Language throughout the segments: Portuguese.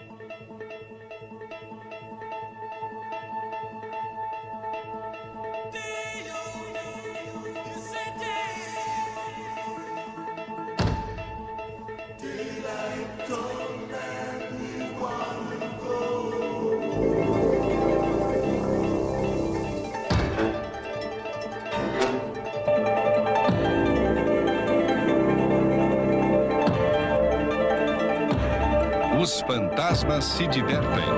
Os fantasmas se divertem.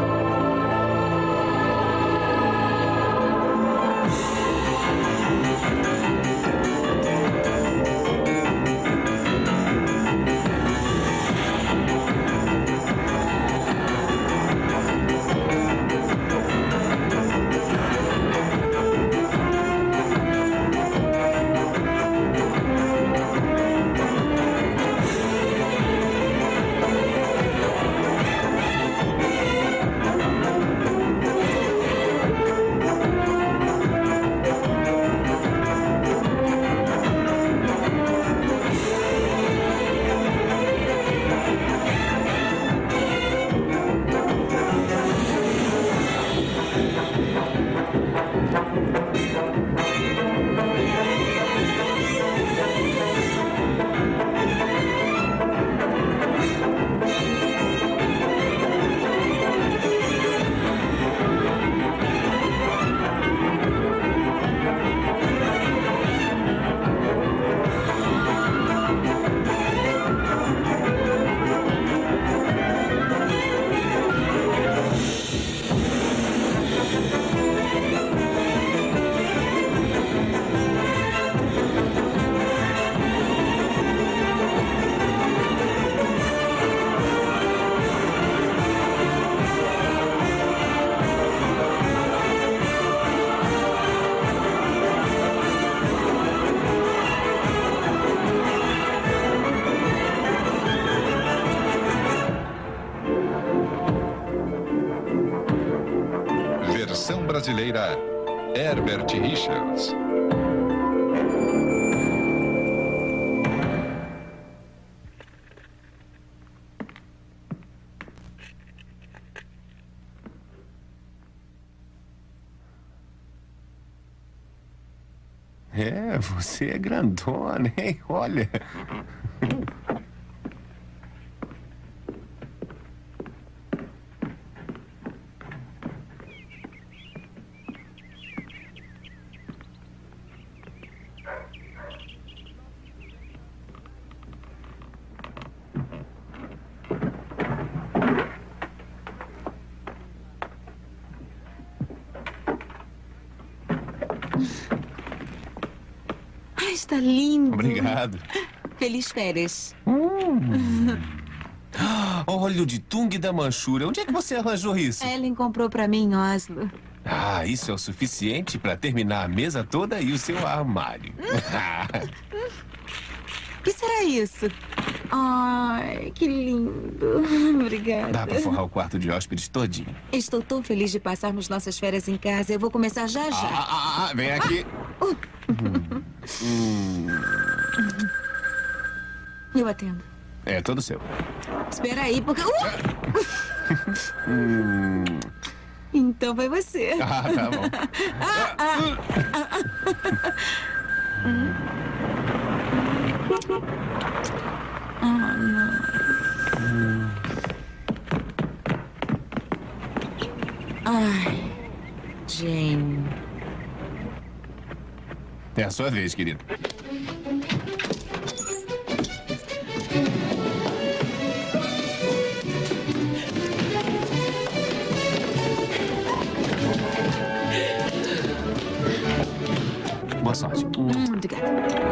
Versão brasileira, Herbert Richards. É, você é grandona, hein? Olha. Ai, está lindo. Obrigado. Feliz férias. Óleo de tung da Manchúria. Onde é que você arranjou isso? Ellen comprou pra mim em Oslo. Ah, isso é o suficiente para terminar a mesa toda e o seu armário. O que será isso? Ai, que lindo. Obrigada. Dá para forrar o quarto de hóspedes todinho. Estou tão feliz de passarmos nossas férias em casa. Eu vou começar já já. Vem aqui. Eu atendo. É todo seu. Espera aí, porque... Então vai você. Tá bom. Não. Ai, Jane. É a sua vez, querido. Boa sorte. Obrigada.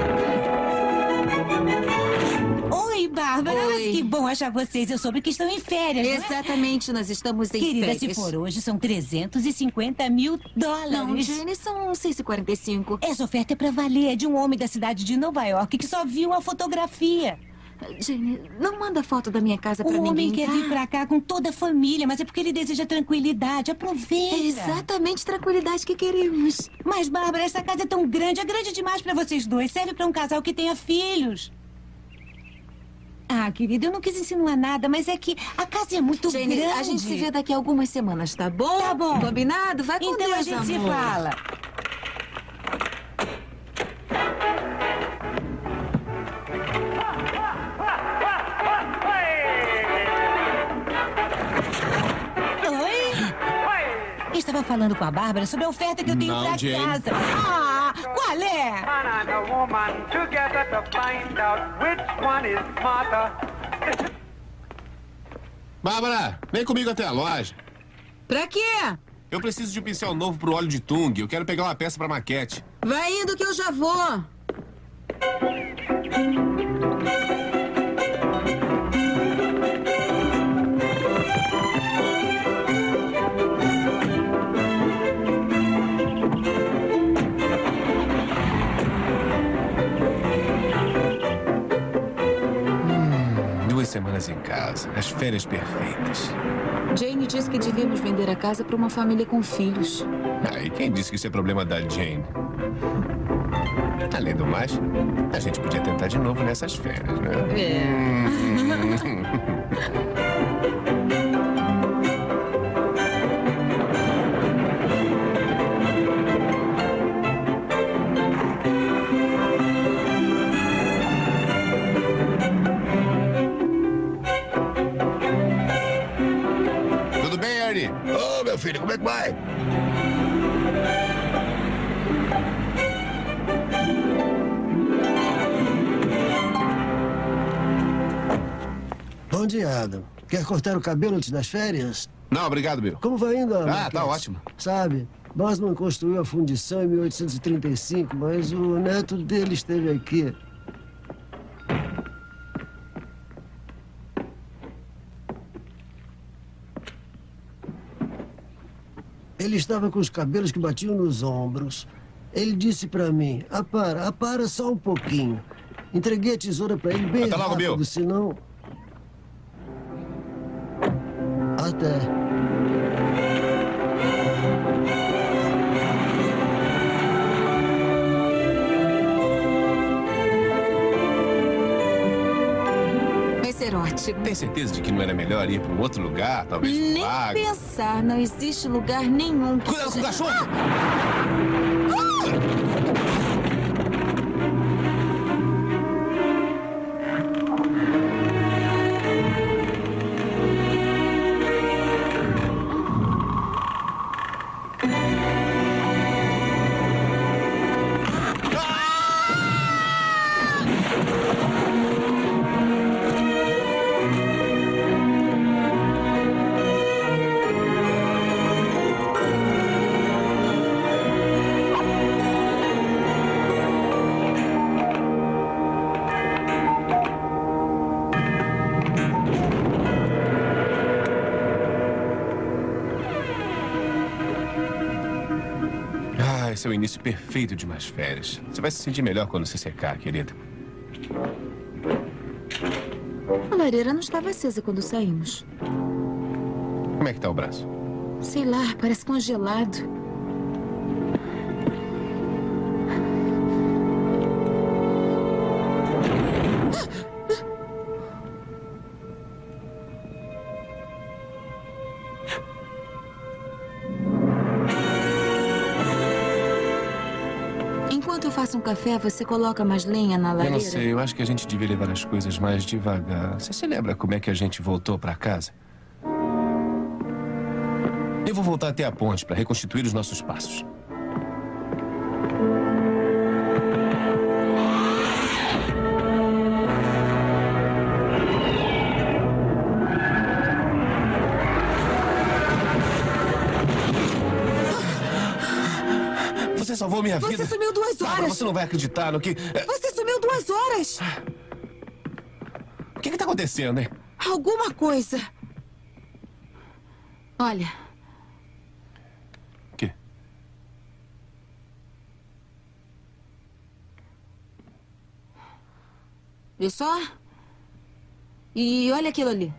Oi, Bárbara. Oi. Que bom achar vocês. Eu soube que estão em férias, não é? Exatamente, nós estamos em Querida, férias. se for hoje, são $350 mil. Não, Jane, são 6,45. Essa oferta é pra valer. É de um homem da cidade de Nova York que só viu a fotografia. Jane, não manda foto da minha casa pra O homem ninguém, quer vir pra cá com toda a família, mas é porque ele deseja tranquilidade. Aproveita. É exatamente tranquilidade que queremos. Mas, Bárbara, essa casa é tão grande. É grande demais pra vocês dois. Serve pra um casal que tenha filhos. Ah, querida, eu não quis insinuar nada, mas é que a casa é muito Jane, grande. a gente se vê daqui a algumas semanas, tá bom? Tá bom. Combinado? Vai com Então Deus, a gente se amor. fala. Oi? Estava falando com a Bárbara sobre a oferta que eu tenho Não, pra Jane. casa. Ah, qual é? Man and a woman together to find out which one is smarter. Bárbara, vem comigo até a loja. Pra quê? Eu preciso de um pincel novo pro óleo de tung. Eu quero pegar uma peça pra maquete. Vai indo que eu já vou. Duas semanas em casa. As férias perfeitas. Jane disse que devíamos vender a casa para uma família com filhos. E quem disse que isso é problema da Jane? Além do mais, a gente podia tentar de novo nessas férias, né? Tudo bem, Ernie? Ô, meu filho, como é que vai? Bom dia, Adam. Quer cortar o cabelo antes das férias? Não, obrigado, Bill. Como vai indo, Adam? Ah, tá ótimo. Sabe, Bosman construiu a fundição em 1835, mas o neto dele esteve aqui. Ele estava com os cabelos que batiam nos ombros. Ele disse pra mim, apara só um pouquinho. Entreguei a tesoura pra ele bem Até logo, rápido, Bill. senão... Até. Vai ser ótimo. Tem certeza de que não era melhor ir para um outro lugar? Talvez um Nem lago? pensar, não existe lugar nenhum que Cuidado com o seja... cachorro! Esse é o início perfeito de umas férias. Você vai se sentir melhor quando se secar, querida. A lareira não estava acesa quando saímos. Como é que tá o braço? Sei lá, parece congelado. Enquanto eu faço um café, você coloca mais lenha na Eu lareira? não sei, eu acho que a gente devia levar as coisas mais devagar. Você se lembra como é que a gente voltou pra casa? Eu vou voltar até a ponte para reconstituir os nossos passos. Você salvou minha vida. Você sumiu 2 Bárbara, horas. você não vai acreditar no que... Você sumiu 2 horas. O que tá acontecendo, hein? Alguma coisa. Olha, O quê? vê só. E olha aquilo ali.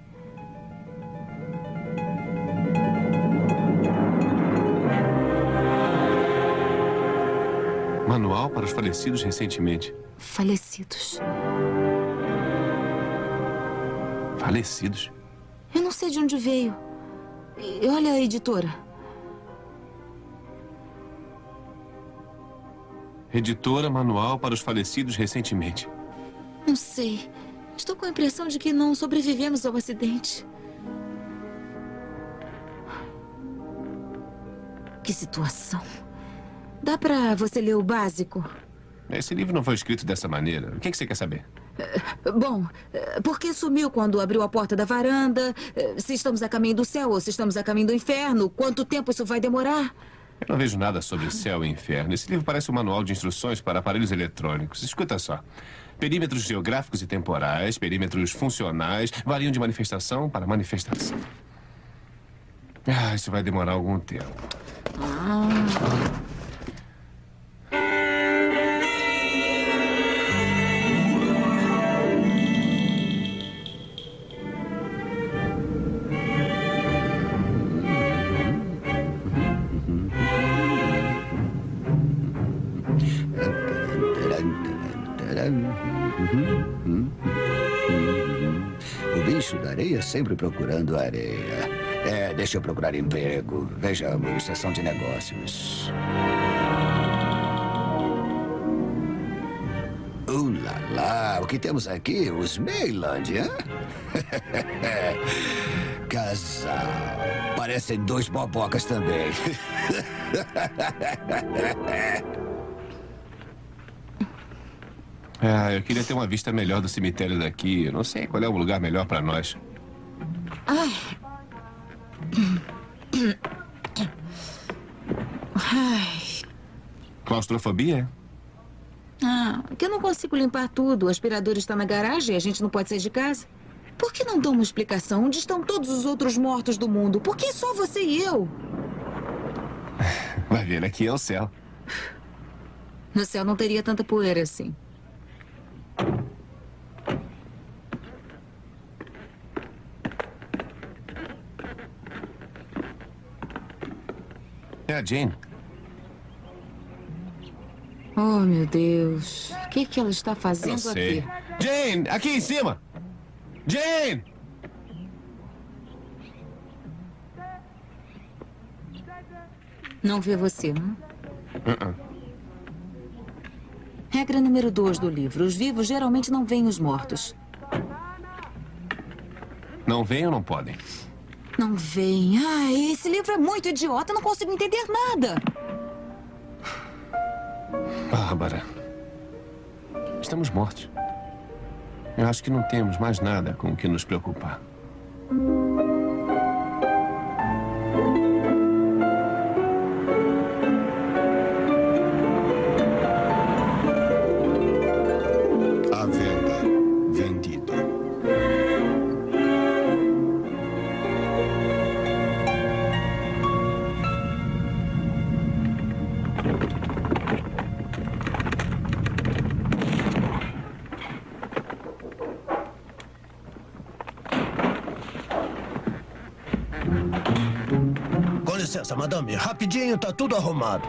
Manual para os falecidos recentemente. Falecidos. Falecidos? Eu não sei de onde veio. E olha a editora. Editora Manual para os Falecidos Recentemente. Não sei. Estou com a impressão de que não sobrevivemos ao acidente. Que situação. Dá pra você ler o básico? Esse livro não foi escrito dessa maneira. O que você quer saber? Bom, por que sumiu quando abriu a porta da varanda? Se estamos a caminho do céu ou se estamos a caminho do inferno? Quanto tempo isso vai demorar? Eu não vejo nada sobre céu e inferno. Esse livro parece um manual de instruções para aparelhos eletrônicos. Escuta só. Perímetros geográficos e temporais, perímetros funcionais, variam de manifestação para manifestação. Isso vai demorar algum tempo. O bicho da areia sempre procurando areia. Deixa eu procurar emprego. Vejamos, seção de negócios. Lá, lá, o que temos aqui? Os Mayland, hein? Casal. Parecem dois bobocas também. Eu queria ter uma vista melhor do cemitério daqui. Eu não sei qual é o lugar melhor para nós. Claustrofobia? Que eu não consigo limpar tudo. O aspirador está na garagem e a gente não pode sair de casa. Por que não dão uma explicação? Onde estão todos os outros mortos do mundo? Por que só você e eu? Vai ver, aqui é o céu. No céu não teria tanta poeira assim. É a Jane. Oh, meu Deus. O que ela está Eu fazendo não sei. aqui? Jane, aqui em cima! Jane! Não vê você, não? Regra número 2 do livro. Os vivos geralmente não veem os mortos. Não vêm ou não podem? Não veem. Esse livro é muito idiota. Eu não consigo entender nada. Bárbara. Estamos mortos. Eu acho que não temos mais nada com o que nos preocupar. À venda. Vendido. Com licença, madame. Rapidinho, tá tudo arrumado.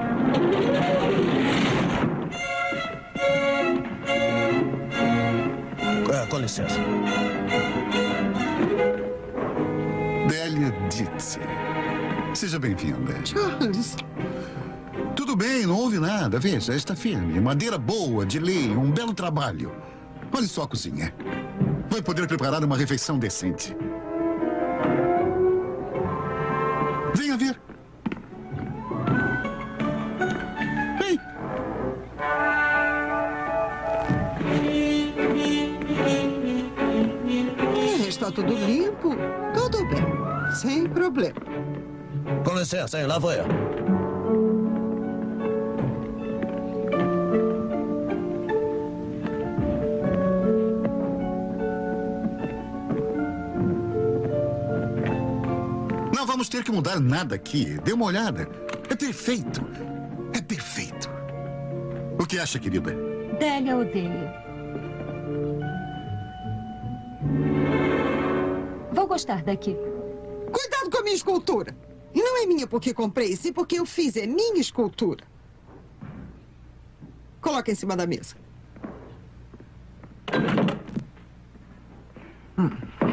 Com licença. Délia Ditze. Seja bem-vinda. Charles, Tudo bem, não houve nada. Veja, está firme. Madeira boa, de lei, um belo trabalho. Olhe só a cozinha. Vai poder preparar uma refeição decente. Venha ver. Vem. está tudo limpo. Tudo bem. Sem problema. Com licença, hein? Lá vou eu. Não vamos ter que mudar nada aqui. Dê uma olhada. É perfeito. É perfeito. O que acha, querida? Délia odeia. Vou gostar daqui. Cuidado com a minha escultura. E não é minha porque comprei, sim porque eu fiz. É minha escultura. Coloca em cima da mesa.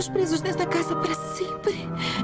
Estamos presos nesta casa para sempre.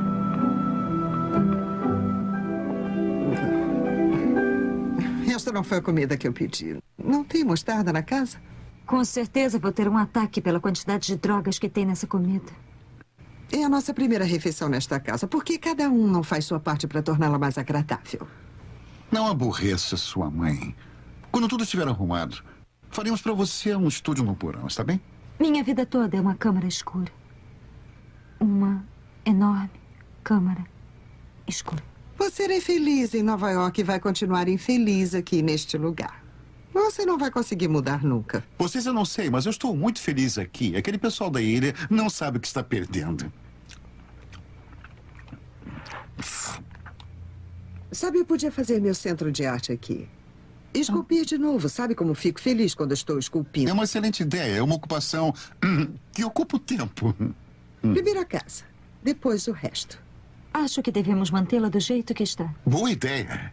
Esta não foi a comida que eu pedi. Não tem mostarda na casa? Com certeza vou ter um ataque pela quantidade de drogas que tem nessa comida. É a nossa primeira refeição nesta casa. Por que cada um não faz sua parte para torná-la mais agradável? Não aborreça sua mãe. Quando tudo estiver arrumado, faremos para você um estúdio no porão, está bem? Minha vida toda é uma câmara escura. Uma enorme câmara escura. Você é feliz em Nova York e vai continuar infeliz aqui neste lugar. Você não vai conseguir mudar nunca. Vocês eu não sei, mas eu estou muito feliz aqui. Aquele pessoal da ilha não sabe o que está perdendo. Sabe, eu podia fazer meu centro de arte aqui. Esculpir de novo. Sabe como fico feliz quando estou esculpindo? É uma excelente ideia. É uma ocupação que ocupa o tempo. Primeiro a casa, depois o resto. Acho que devemos mantê-la do jeito que está. Boa ideia.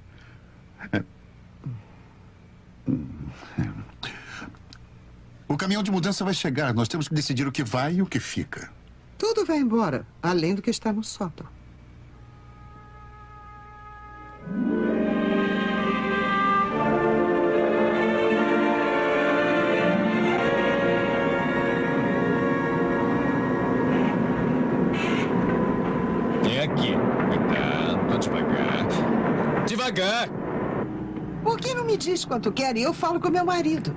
O caminhão de mudança vai chegar. Nós temos que decidir o que vai e o que fica. Tudo vai embora, além do que está no sótão. É aqui. Cuidado, devagar. Devagar! Por que não me diz quanto quer e eu falo com meu marido?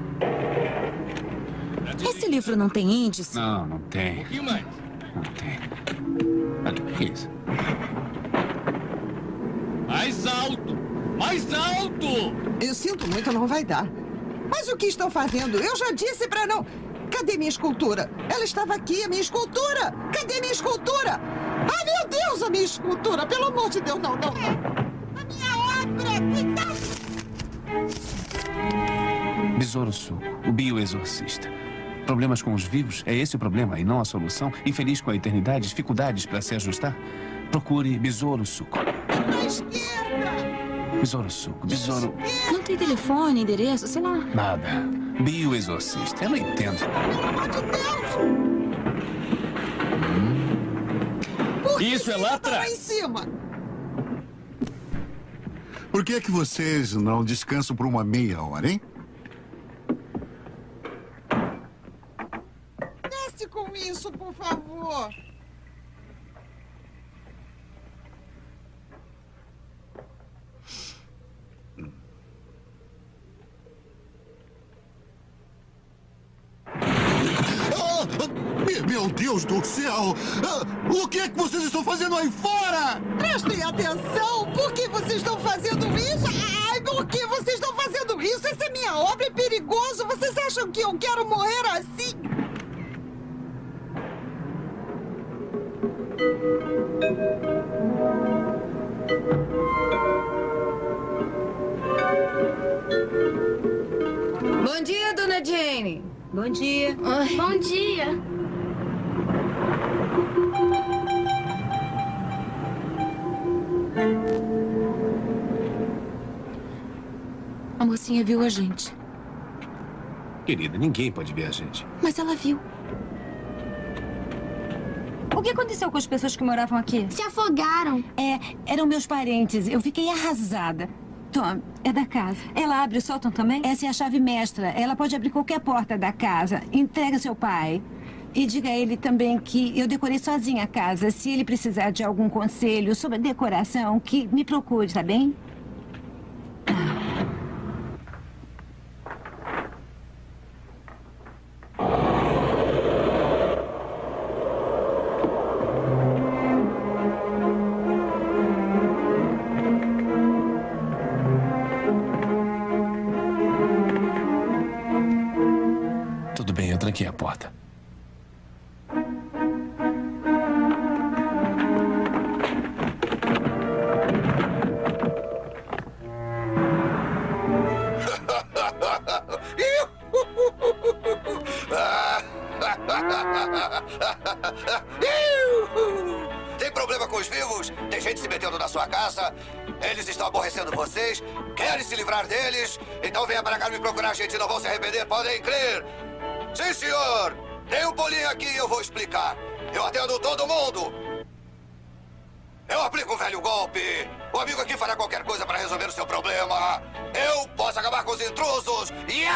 Esse livro não tem índice? Não, não tem. Um pouquinho mais. Não tem. Olha, isso. Mais alto! Mais alto! Eu sinto muito, não vai dar. Mas o que estão fazendo? Eu já disse pra não... Cadê minha escultura? Ela estava aqui, a minha escultura! Cadê minha escultura? Ai, meu Deus, a minha escultura! Pelo amor de Deus, não. A minha obra! Cuidado! Besouro Suco, o bioexorcista. Problemas com os vivos? É esse o problema e não a solução? Infeliz com a eternidade? Dificuldades para se ajustar? Procure Besouro Suco. Pra esquerda! Besouro Suco, Besouro... Não tem telefone, endereço, sei lá. Nada. Bioexorcista. Eu não entendo. Pelo amor de Deus! Por que Isso é lá tá atrás. lá em cima? Por que é que vocês não descansam por uma meia hora, hein? Desce com isso, por favor. Meu Deus do céu! O que é que vocês estão fazendo aí fora? Prestem atenção! Por que vocês estão fazendo isso? Ai, por que vocês estão fazendo isso? Essa é minha obra, é perigoso! Vocês acham que eu quero morrer assim? Bom dia, dona Jane. Bom dia. Bom dia. A mocinha viu a gente. Querida, ninguém pode ver a gente. Mas ela viu. O que aconteceu com as pessoas que moravam aqui? Se afogaram. Eram meus parentes. Eu fiquei arrasada. Tom, é da casa. Ela abre o sótão também? Essa é a chave mestra. Ela pode abrir qualquer porta da casa. Entrega seu pai. E diga a ele também que eu decorei sozinha a casa. Se ele precisar de algum conselho sobre a decoração, que me procure, tá bem? Tudo bem, eu tranquei a porta. Tem problema com os vivos? Tem gente se metendo na sua casa? Eles estão aborrecendo vocês? Querem se livrar deles? Então venha para cá me procurar, gente. Não vão se arrepender, podem crer. Sim, senhor. Tem um bolinho aqui e eu vou explicar. Eu atendo todo mundo. Eu aplico um velho golpe. O amigo aqui fará qualquer coisa para resolver o seu problema. Eu posso acabar com os intrusos.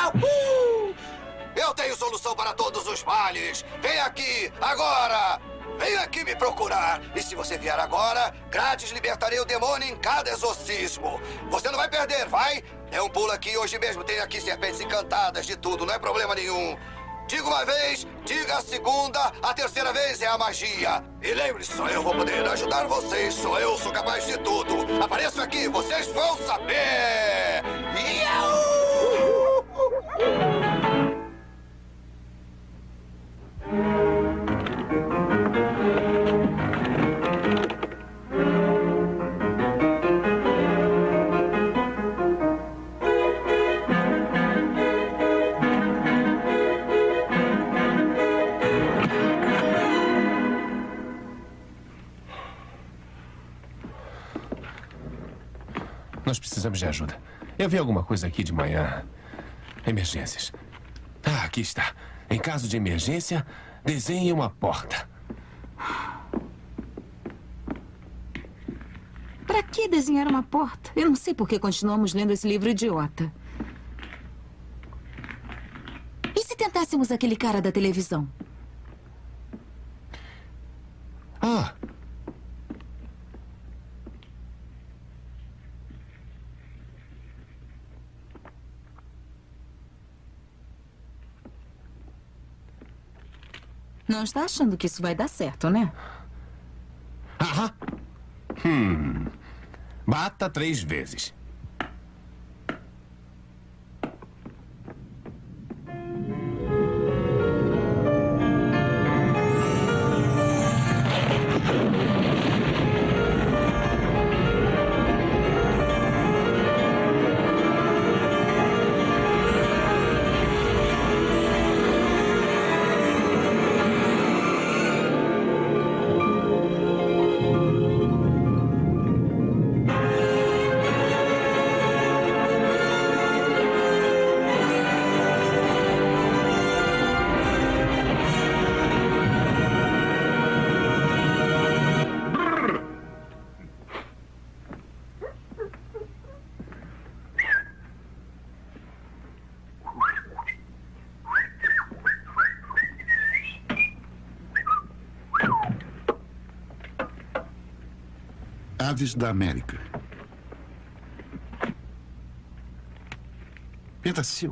Eu tenho solução para todos os males. Vem aqui, agora. Venha aqui me procurar. E se você vier agora, grátis libertarei o demônio em cada exorcismo. Você não vai perder, vai? Dê um pulo aqui hoje mesmo. Tem aqui serpentes encantadas, de tudo. Não é problema nenhum. Diga uma vez, diga a segunda, a terceira vez é a magia. E lembre-se, só eu vou poder ajudar vocês. Só eu sou capaz de tudo. Apareço aqui, vocês vão saber. Nós precisamos de ajuda. Eu vi alguma coisa aqui de manhã. Emergências. Ah, aqui está. Em caso de emergência, desenhe uma porta. Pra que desenhar uma porta? Eu não sei por que continuamos lendo esse livro idiota. E se tentássemos aquele cara da televisão? Ah! Não está achando que isso vai dar certo, né? Aham. Bata 3 vezes. Aves da América. Pedacil.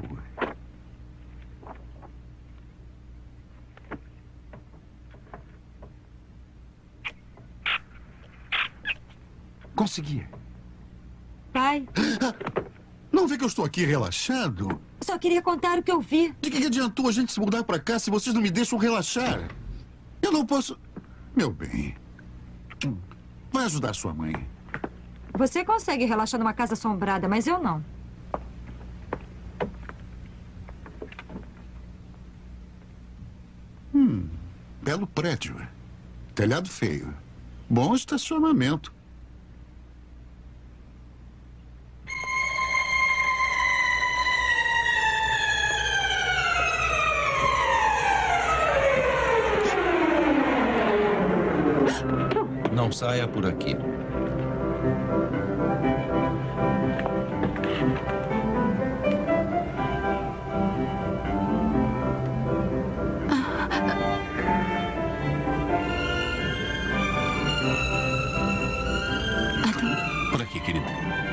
Consegui. Pai, Não vê que eu estou aqui relaxado? só queria contar o que eu vi. De que adiantou a gente se mudar pra cá se vocês não me deixam relaxar? Eu não posso... Meu bem... Vai ajudar sua mãe. Você consegue relaxar numa casa assombrada, mas eu não. Belo prédio. Telhado feio. Bom estacionamento. Não saia por aqui. Por aqui, querido.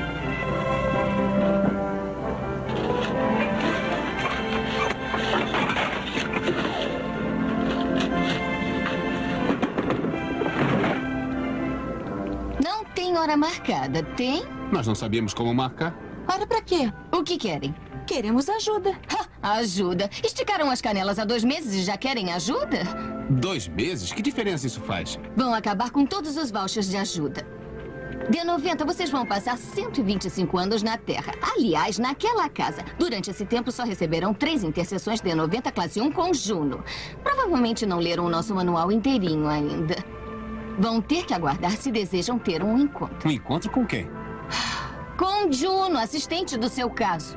Não tem hora marcada, tem? Nós não sabíamos como marcar. Hora pra quê? O que querem? Queremos ajuda. Ajuda? Esticaram as canelas há 2 meses e já querem ajuda? 2 meses? Que diferença isso faz? Vão acabar com todos os vouchers de ajuda. D90, vocês vão passar 125 anos na Terra. Aliás, naquela casa. Durante esse tempo, só receberão 3 interseções D90 classe 1 com Juno. Provavelmente não leram o nosso manual inteirinho ainda. Vão ter que aguardar se desejam ter um encontro. Um encontro com quem? Com Juno, assistente do seu caso.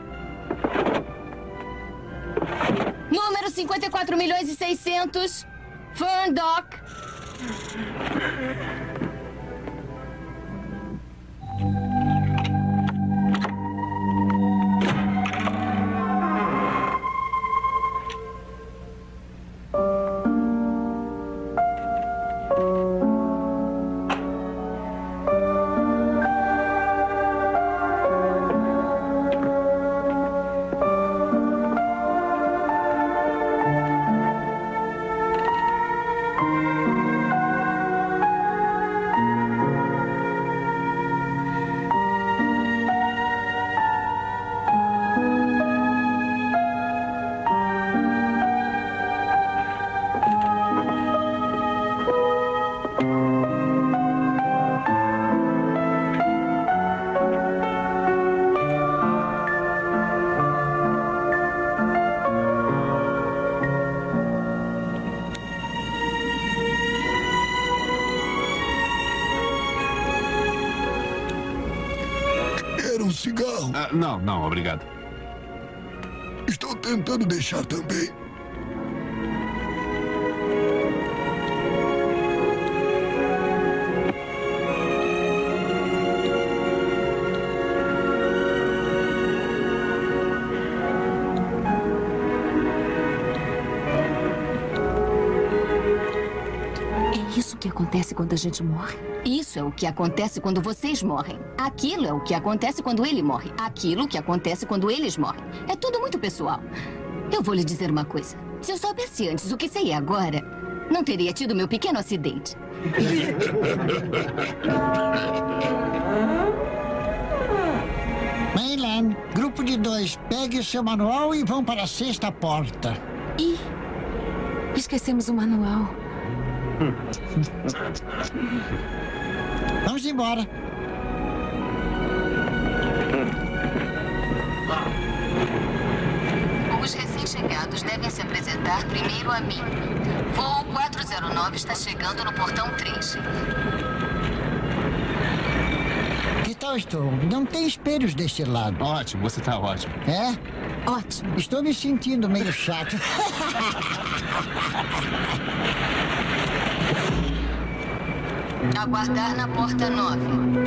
Número 54.600.000, Fern Dock. Cigarro? Não, obrigado. Estou tentando deixar também. É isso que acontece quando a gente morre. Isso é o que acontece quando vocês morrem. Aquilo é o que acontece quando ele morre. Aquilo que acontece quando eles morrem. É tudo muito pessoal. Eu vou lhe dizer uma coisa. Se eu soubesse antes o que sei agora, não teria tido meu pequeno acidente. Maylan, grupo de 2, pegue o seu manual e vão para a 6ª porta. Ih, esquecemos o manual. Vamos embora. Os recém-chegados devem se apresentar primeiro a mim. Voo 409 está chegando no portão 3. Que tal estou? Não tem espelhos deste lado. Ótimo, você está ótimo. É? Ótimo. Estou me sentindo meio chato. Aguardar na porta 9.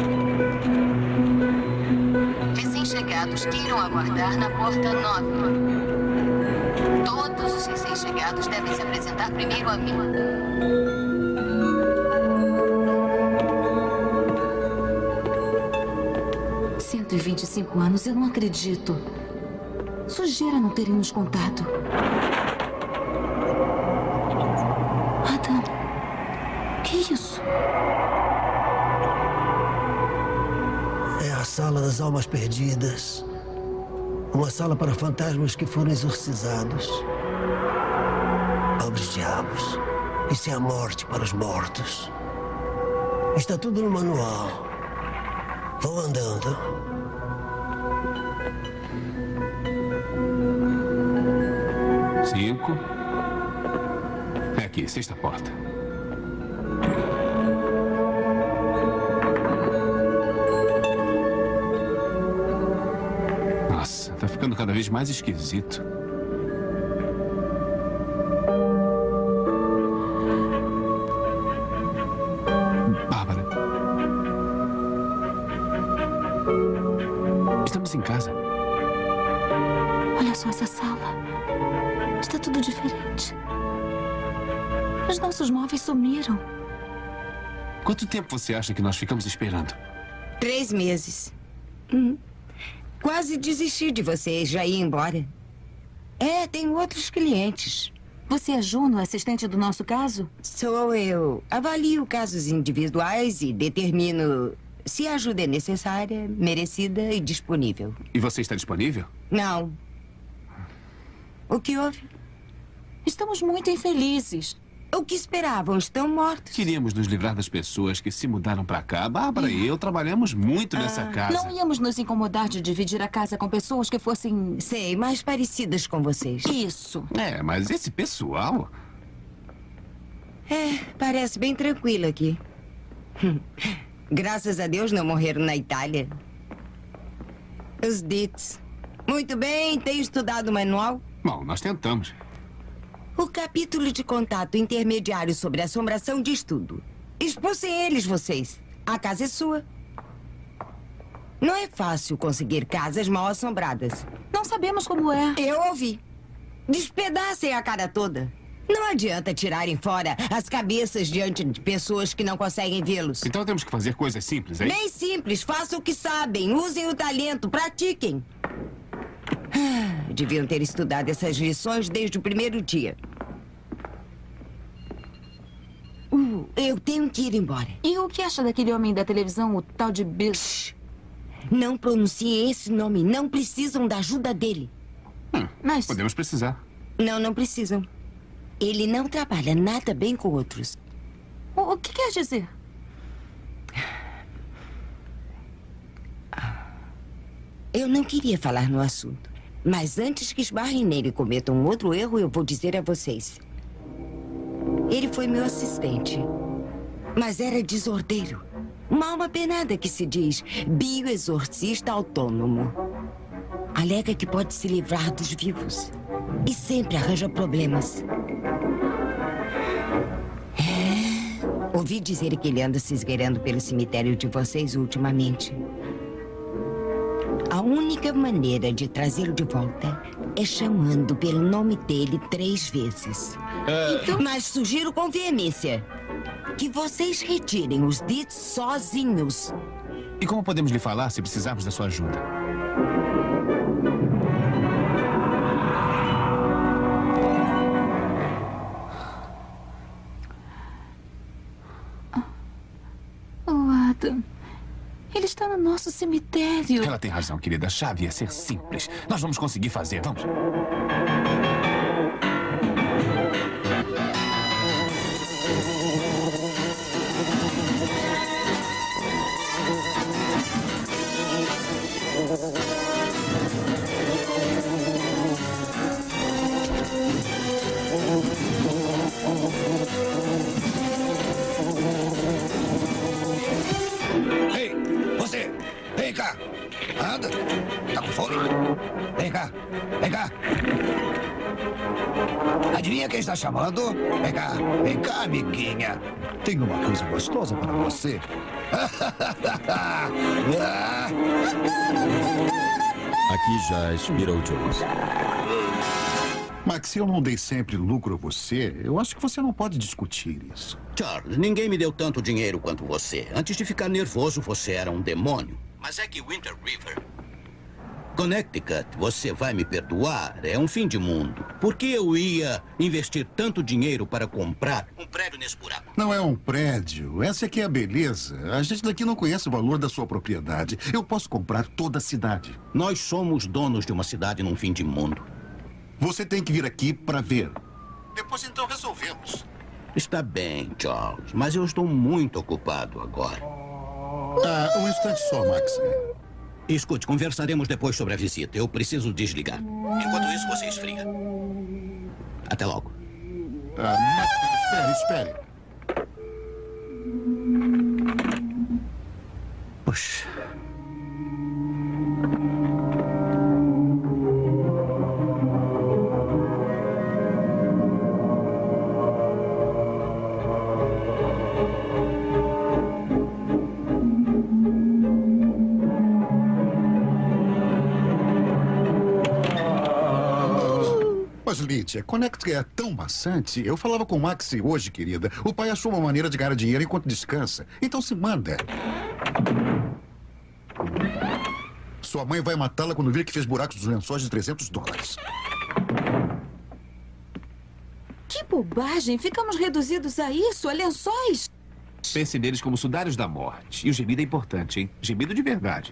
Recém-chegados queiram aguardar na porta 9. Todos os recém-chegados devem se apresentar primeiro a mim. 125 anos, eu não acredito. Sujeira não terem nos contado. Adam, que isso? É a sala das almas perdidas. Uma sala para fantasmas que foram exorcizados. Pobres diabos. Isso é a morte para os mortos. Está tudo no manual. Vão andando. Cinco. É aqui, 6ª porta. Nossa, tá ficando cada vez mais esquisito. Bárbara. Estamos em casa. Olha só essa sala. Está tudo diferente. Os nossos móveis sumiram. Quanto tempo você acha que nós ficamos esperando? 3 meses. Quase desisti de vocês, já ia embora. Tenho outros clientes. Você é Juno, assistente do nosso caso? Sou eu. Avalio casos individuais e determino se a ajuda é necessária, merecida e disponível. E você está disponível? Não. O que houve? Estamos muito infelizes. O que esperavam? Estão mortos. Queríamos nos livrar das pessoas que se mudaram para cá. A Bárbara e eu trabalhamos muito nessa casa. Não íamos nos incomodar de dividir a casa com pessoas que fossem... Sei, mais parecidas com vocês. Isso. Mas esse pessoal... Parece bem tranquilo aqui. Graças a Deus não morreram na Itália. Os Dits. Muito bem, tenho estudado o manual. Bom, nós tentamos. O capítulo de contato intermediário sobre assombração diz tudo. Expulsem eles, vocês. A casa é sua. Não é fácil conseguir casas mal assombradas. Não sabemos como é. Eu ouvi. Despedacem a cara toda. Não adianta tirarem fora as cabeças diante de pessoas que não conseguem vê-los. Então temos que fazer coisas simples, hein? Bem simples. Façam o que sabem. Usem o talento. Pratiquem. Deviam ter estudado essas lições desde o primeiro dia. Eu tenho que ir embora. E o que acha daquele homem da televisão, o tal de Bill? Não pronuncie esse nome. Não precisam da ajuda dele. Mas... podemos precisar. Não precisam. Ele não trabalha nada bem com outros. O que quer dizer? Eu não queria falar no assunto. Mas antes que esbarrem nele e cometam outro erro, eu vou dizer a vocês. Ele foi meu assistente. Mas era desordeiro. Uma alma penada que se diz bioexorcista autônomo. Alega que pode se livrar dos vivos. E sempre arranja problemas. Ouvi dizer que ele anda se esgueirando pelo cemitério de vocês ultimamente. A única maneira de trazê-lo de volta é chamando pelo nome dele 3 vezes. Então... Mas sugiro com veemência que vocês retirem os Deeds sozinhos. E como podemos lhe falar se precisarmos da sua ajuda? Adam, ele está no nosso cemitério. Ela tem razão, querida. A chave é ser simples. Nós vamos conseguir fazer. Vamos. Ei, você! Vem cá! Anda! Tá com fome? Vem cá! Vem cá! Adivinha quem está chamando? Vem cá, amiguinha! Tenho uma coisa gostosa para você. Aqui já expirou Jones. Max, se eu não dei sempre lucro a você, eu acho que você não pode discutir isso. Charles, ninguém me deu tanto dinheiro quanto você. Antes de ficar nervoso, você era um demônio. Mas é que Winter River... Connecticut, você vai me perdoar, é um fim de mundo. Por que eu ia investir tanto dinheiro para comprar um prédio nesse buraco? Não é um prédio. Essa é que é a beleza. A gente daqui não conhece o valor da sua propriedade. Eu posso comprar toda a cidade. Nós somos donos de uma cidade num fim de mundo. Você tem que vir aqui para ver. Depois então resolvemos. Está bem, Charles, mas eu estou muito ocupado agora. Um instante só, Max. Escute, conversaremos depois sobre a visita. Eu preciso desligar. Enquanto isso, você esfria. Até logo. Max, espere. Puxa. Mas, Lídia, Connecticut é tão maçante. Eu falava com o Maxi hoje, querida. O pai achou uma maneira de ganhar dinheiro enquanto descansa. Então se manda. Sua mãe vai matá-la quando vir que fez buracos dos lençóis de $300. Que bobagem! Ficamos reduzidos a isso, a lençóis. Pense neles como sudários da morte. E o gemido é importante, hein? Gemido de verdade.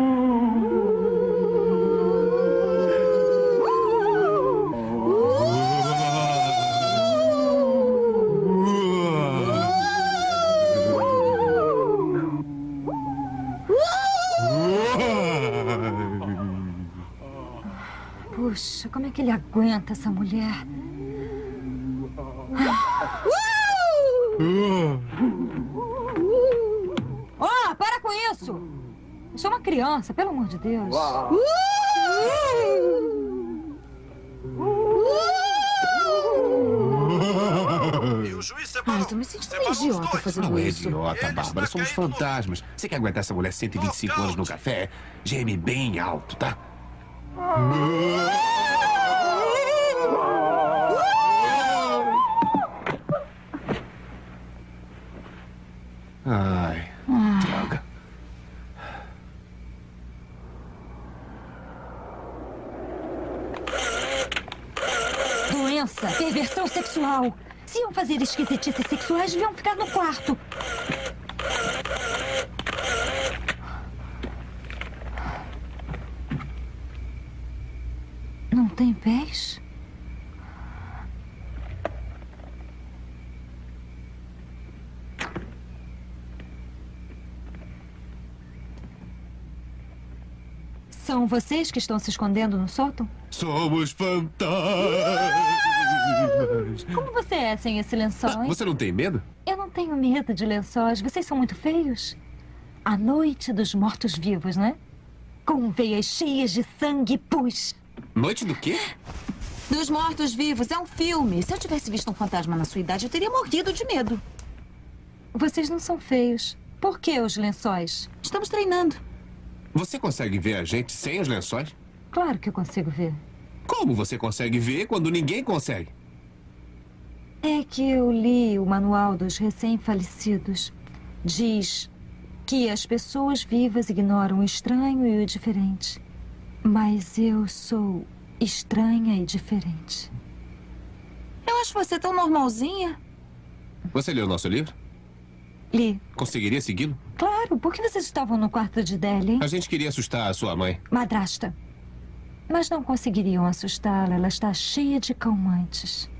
Puxa, como é que ele aguenta essa mulher? Oh, para com isso! Eu sou uma criança, pelo amor de Deus. Ai, tô me sentindo um idiota fazendo Não é isso. idiota, Bárbara. Somos fantasmas. Você quer aguentar essa mulher 125 anos no café? Geme bem alto, tá? Ai, droga. Doença, perversão sexual. Se iam fazer esquisitices sexuais, deviam ficar no quarto. Não tem pés? São vocês que estão se escondendo no sótão? Somos fantasmas. Como você é sem esse lençol, hein? Você não tem medo? Eu não tenho medo de lençóis. Vocês são muito feios. A noite dos mortos-vivos, né? Com veias cheias de sangue e pus. Noite do quê? Dos mortos-vivos. É um filme. Se eu tivesse visto um fantasma na sua idade, eu teria morrido de medo. Vocês não são feios. Por que os lençóis? Estamos treinando. Você consegue ver a gente sem os lençóis? Claro que eu consigo ver. Como você consegue ver quando ninguém consegue? É que eu li o manual dos recém-falecidos. Diz que as pessoas vivas ignoram o estranho e o diferente. Mas eu sou estranha e diferente. Eu acho você tão normalzinha. Você leu o nosso livro? Li. Conseguiria segui-lo? Claro. Por que vocês estavam no quarto de Deli, hein? A gente queria assustar a sua mãe. Madrasta. Mas não conseguiriam assustá-la. Ela está cheia de calmantes.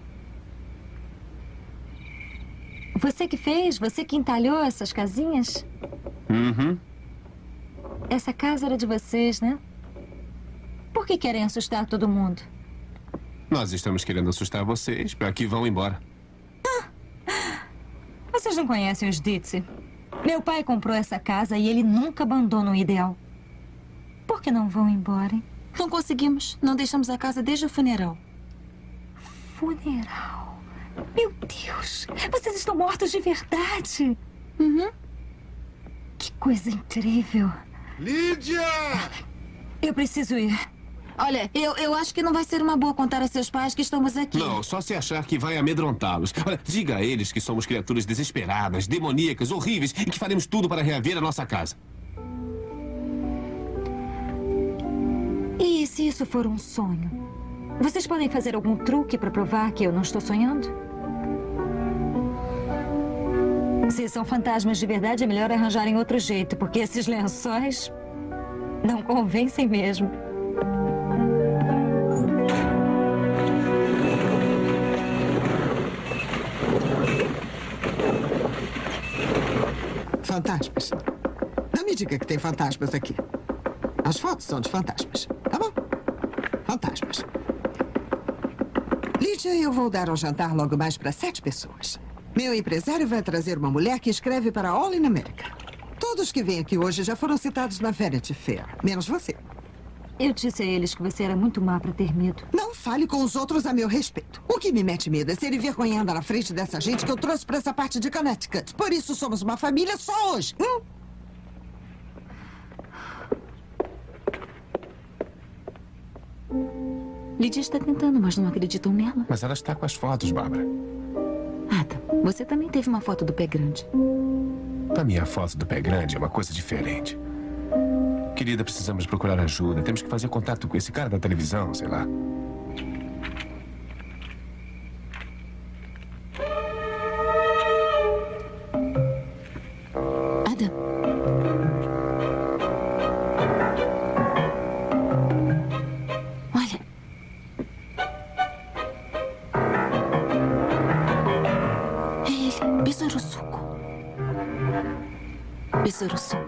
Você que fez? Você que entalhou essas casinhas? Uhum. Essa casa era de vocês, né? Por que querem assustar todo mundo? Nós estamos querendo assustar vocês para que vão embora. Vocês não conhecem os Ditzy. Meu pai comprou essa casa e ele nunca abandona o ideal. Por que não vão embora, hein? Não conseguimos. Não deixamos a casa desde o funeral. Funeral? Meu Deus! Vocês estão mortos de verdade! Uhum. Que coisa incrível! Lídia! Eu preciso ir. Olha, eu acho que não vai ser uma boa contar a seus pais que estamos aqui. Não, só se achar que vai amedrontá-los. Olha, diga a eles que somos criaturas desesperadas, demoníacas, horríveis e que faremos tudo para reaver a nossa casa. E se isso for um sonho? Vocês podem fazer algum truque para provar que eu não estou sonhando? Se são fantasmas de verdade, é melhor arranjarem outro jeito, porque esses lençóis não convencem mesmo. Fantasmas. Não me diga que tem fantasmas aqui. As fotos são de fantasmas, tá bom? Fantasmas. Lídia, eu vou dar um jantar logo mais para 7 pessoas. Meu empresário vai trazer uma mulher que escreve para All in America. Todos que vêm aqui hoje já foram citados na Vanity Fair, menos você. Eu disse a eles que você era muito má para ter medo. Não fale com os outros a meu respeito. O que me mete medo é ser envergonhada na frente dessa gente que eu trouxe para essa parte de Connecticut. Por isso somos uma família só hoje. Lídia está tentando, mas não acreditam nela. Mas ela está com as fotos, Bárbara. Adam, você também teve uma foto do pé grande. A minha foto do pé grande é uma coisa diferente. Querida, precisamos procurar ajuda. Temos que fazer contato com esse cara da televisão, sei lá. Adam. Olha. É ele, Besouro Suco. Besouro Suco.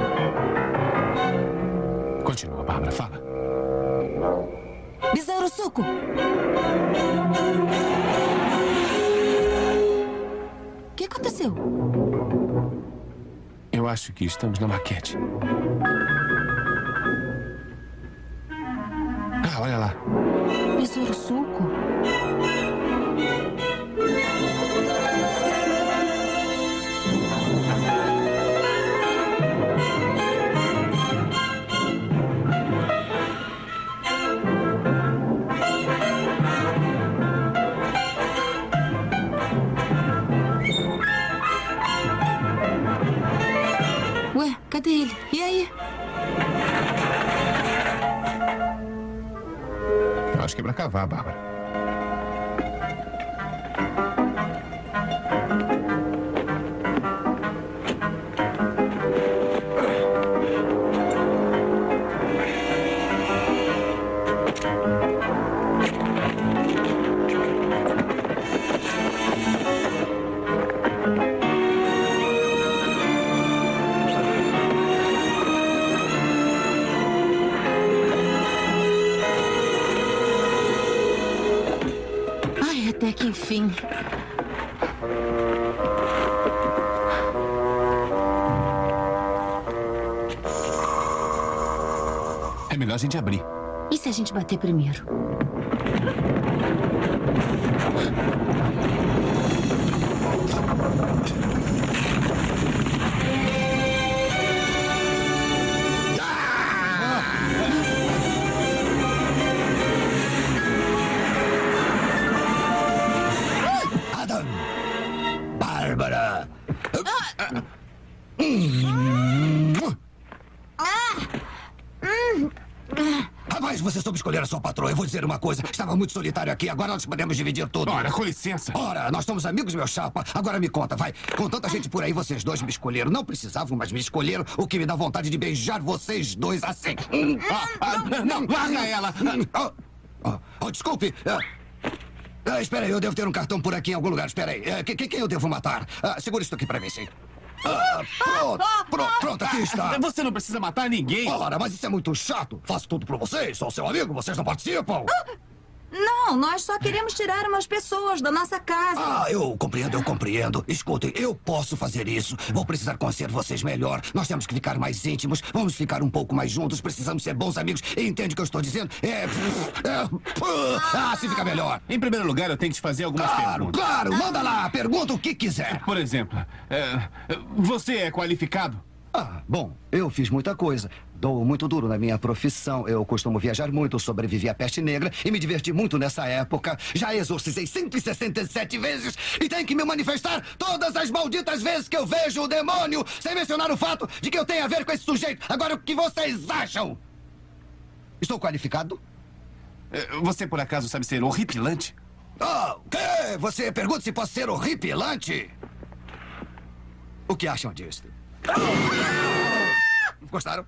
Continua, Bárbara, fala. Besouro Suco! O que aconteceu? Eu acho que estamos na maquete. Ah, olha lá. Besouro Suco? Ué, cadê ele? E aí? Acho que é pra cavar, Bárbara. Até que enfim. É melhor a gente abrir. E se a gente bater primeiro? Bárbara! Rapaz, você soube escolher a sua patroa. Eu vou dizer uma coisa. Estava muito solitário aqui. Agora nós podemos dividir tudo. Ora, com licença. Ora, nós somos amigos, meu chapa. Agora me conta, vai. Com tanta gente por aí, vocês dois me escolheram. Não precisavam, mas me escolheram. O que me dá vontade de beijar vocês dois assim. Não, larga ela. Desculpe. Espera aí, eu devo ter um cartão por aqui em algum lugar. Espera aí. Quem eu devo matar? Segura isso aqui pra mim, sim. Pronto, aqui está. Você não precisa matar ninguém. Ora, mas isso é muito chato. Faço tudo por vocês, sou seu amigo, vocês não participam. Não, nós só queremos tirar umas pessoas da nossa casa. Eu compreendo. Escutem, eu posso fazer isso. Vou precisar conhecer vocês melhor. Nós temos que ficar mais íntimos. Vamos ficar um pouco mais juntos. Precisamos ser bons amigos. Entende o que eu estou dizendo? Assim fica melhor. Em primeiro lugar, eu tenho que te fazer algumas perguntas. Claro, manda lá. Pergunta o que quiser. Por exemplo, você é qualificado? Bom, eu fiz muita coisa. Dou muito duro na minha profissão. Eu costumo viajar muito, sobrevivi à peste negra e me diverti muito nessa época. Já exorcizei 167 vezes e tenho que me manifestar todas as malditas vezes que eu vejo o demônio, sem mencionar o fato de que eu tenho a ver com esse sujeito. Agora, o que vocês acham? Estou qualificado? Você, por acaso, sabe ser horripilante? O quê? Você pergunta se posso ser horripilante? O que acham disso? Gostaram?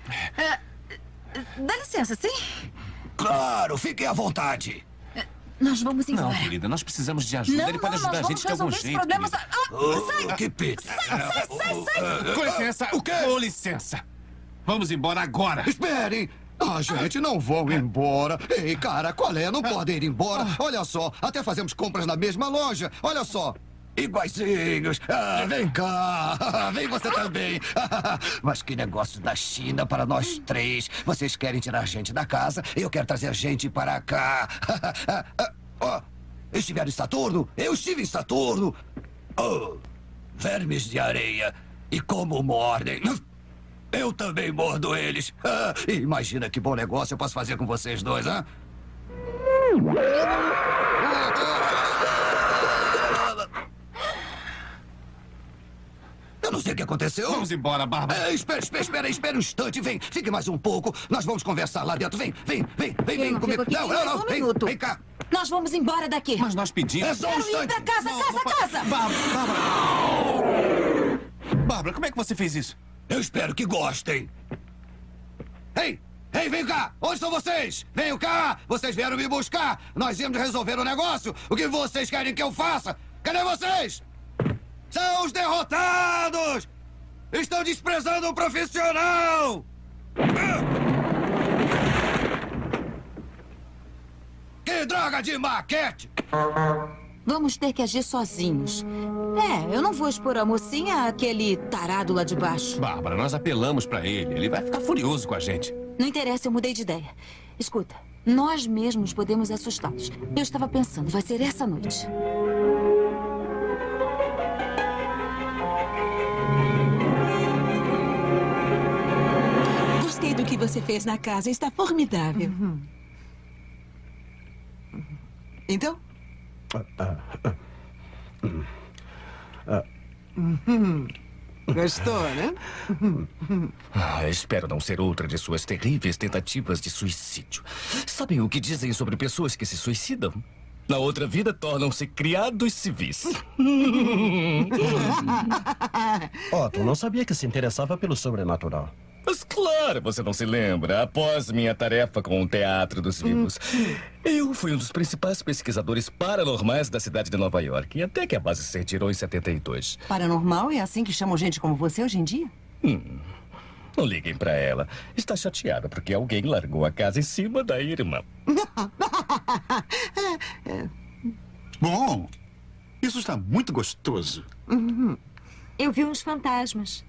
Dá licença, sim? Claro, fiquem à vontade. Nós vamos embora. Não, querida, nós precisamos de ajuda. Ele pode ajudar a gente de algum jeito. Sai! Que pizza! Sai! Com licença. O quê? Com licença. Vamos embora agora. Esperem! Gente, não vão embora. Ei, cara, qual é? Não podem ir embora. Olha só, até fazemos compras na mesma loja. Olha só. Iguaizinhos. Vem cá. Vem você também. Mas que negócio da China para nós três. Vocês querem tirar gente da casa, eu quero trazer gente para cá. Estiveram em Saturno? Eu estive em Saturno. Vermes de areia. E como mordem. Eu também mordo eles. Imagina que bom negócio eu posso fazer com vocês dois, hein? Eu não sei o que aconteceu. Vamos embora, Bárbara. Espera um instante. Vem, fique mais um pouco. Nós vamos conversar lá dentro. Vem comigo. Não, vem cá. Nós vamos embora daqui. Mas nós pedimos. É só um instante. Ir pra casa. Bárbara. Bárbara, como é que você fez isso? Eu espero que gostem. Ei, vem cá! Onde estão vocês? Venham cá! Vocês vieram me buscar! Nós íamos resolver o negócio! O que vocês querem que eu faça? Cadê vocês? São os derrotados! Estão desprezando um profissional! Que droga de maquete! Vamos ter que agir sozinhos. Eu não vou expor a mocinha àquele tarado lá de baixo. Bárbara, nós apelamos pra ele. Ele vai ficar furioso com a gente. Não interessa, eu mudei de ideia. Escuta, nós mesmos podemos assustá-los. Eu estava pensando, vai ser essa noite. Gostei do que você fez na casa. Está formidável. Então? Gostou, né? Espero não ser outra de suas terríveis tentativas de suicídio. Sabem o que dizem sobre pessoas que se suicidam? Na outra vida, tornam-se criados civis. Otto, não sabia que se interessava pelo sobrenatural. Mas claro, você não se lembra. Após minha tarefa com o Teatro dos Vivos, eu fui um dos principais pesquisadores paranormais da cidade de Nova York. Até que a base se retirou em 72. Paranormal é assim que chamam gente como você hoje em dia? Não liguem pra ela. Está chateada porque alguém largou a casa em cima da irmã. Bom, isso está muito gostoso. Eu vi uns fantasmas.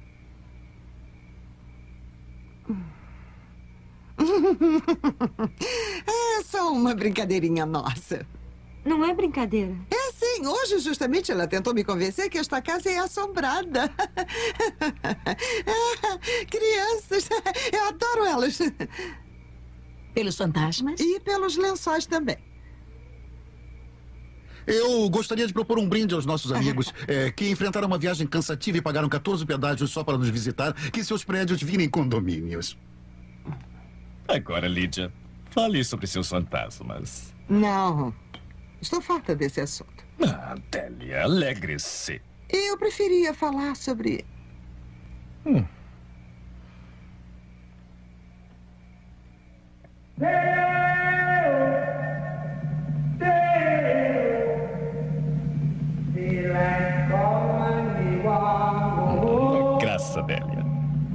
É só uma brincadeirinha nossa. Não é brincadeira. É sim. Hoje, justamente, ela tentou me convencer que esta casa é assombrada. Crianças, eu adoro elas. Pelos fantasmas? E pelos lençóis também. Eu gostaria de propor um brinde aos nossos amigos que enfrentaram uma viagem cansativa e pagaram 14 pedágios só para nos visitar, que seus prédios virem condomínios. Agora, Lídia, fale sobre seus fantasmas. Não. Estou farta desse assunto. Délia, alegre-se. Eu preferia falar sobre... Graça, Délia.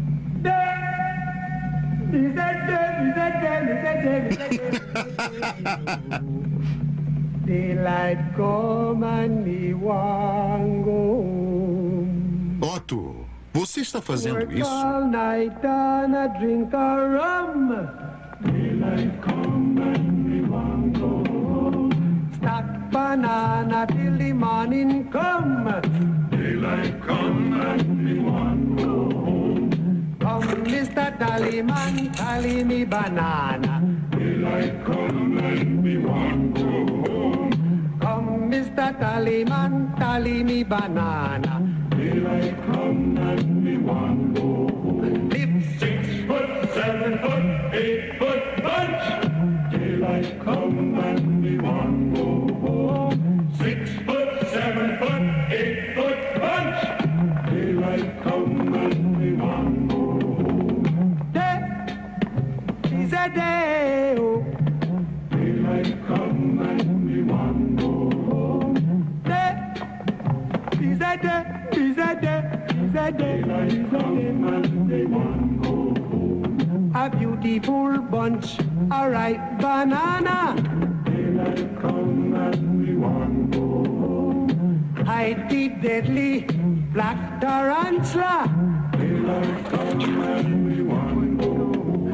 Daylight come and me want go home. Otto, você está fazendo Work isso? all night and a drink a rum. Daylight come and me want go home. Stack banana till the morning come. Daylight come and me want go home. Come, Mr. Tallyman, tally me banana. Daylight come and me want go home. Come, Mr. Tallyman, tally me banana. Daylight come and me want go home. Live 6 foot, 7 foot, 8 foot bunch. Daylight come and me want go home. 6 foot, 7 foot, 8 foot bunch. Daylight come and me want go home. Day is a day. Oh. Daylight come and me want go home. Day is a day. Is a day. Is a day. Daylight come and me want go home. A beautiful bunch, a ripe banana. Daylight come and me want go home. Hide the deadly black tarantula. Daylight come and me want go home.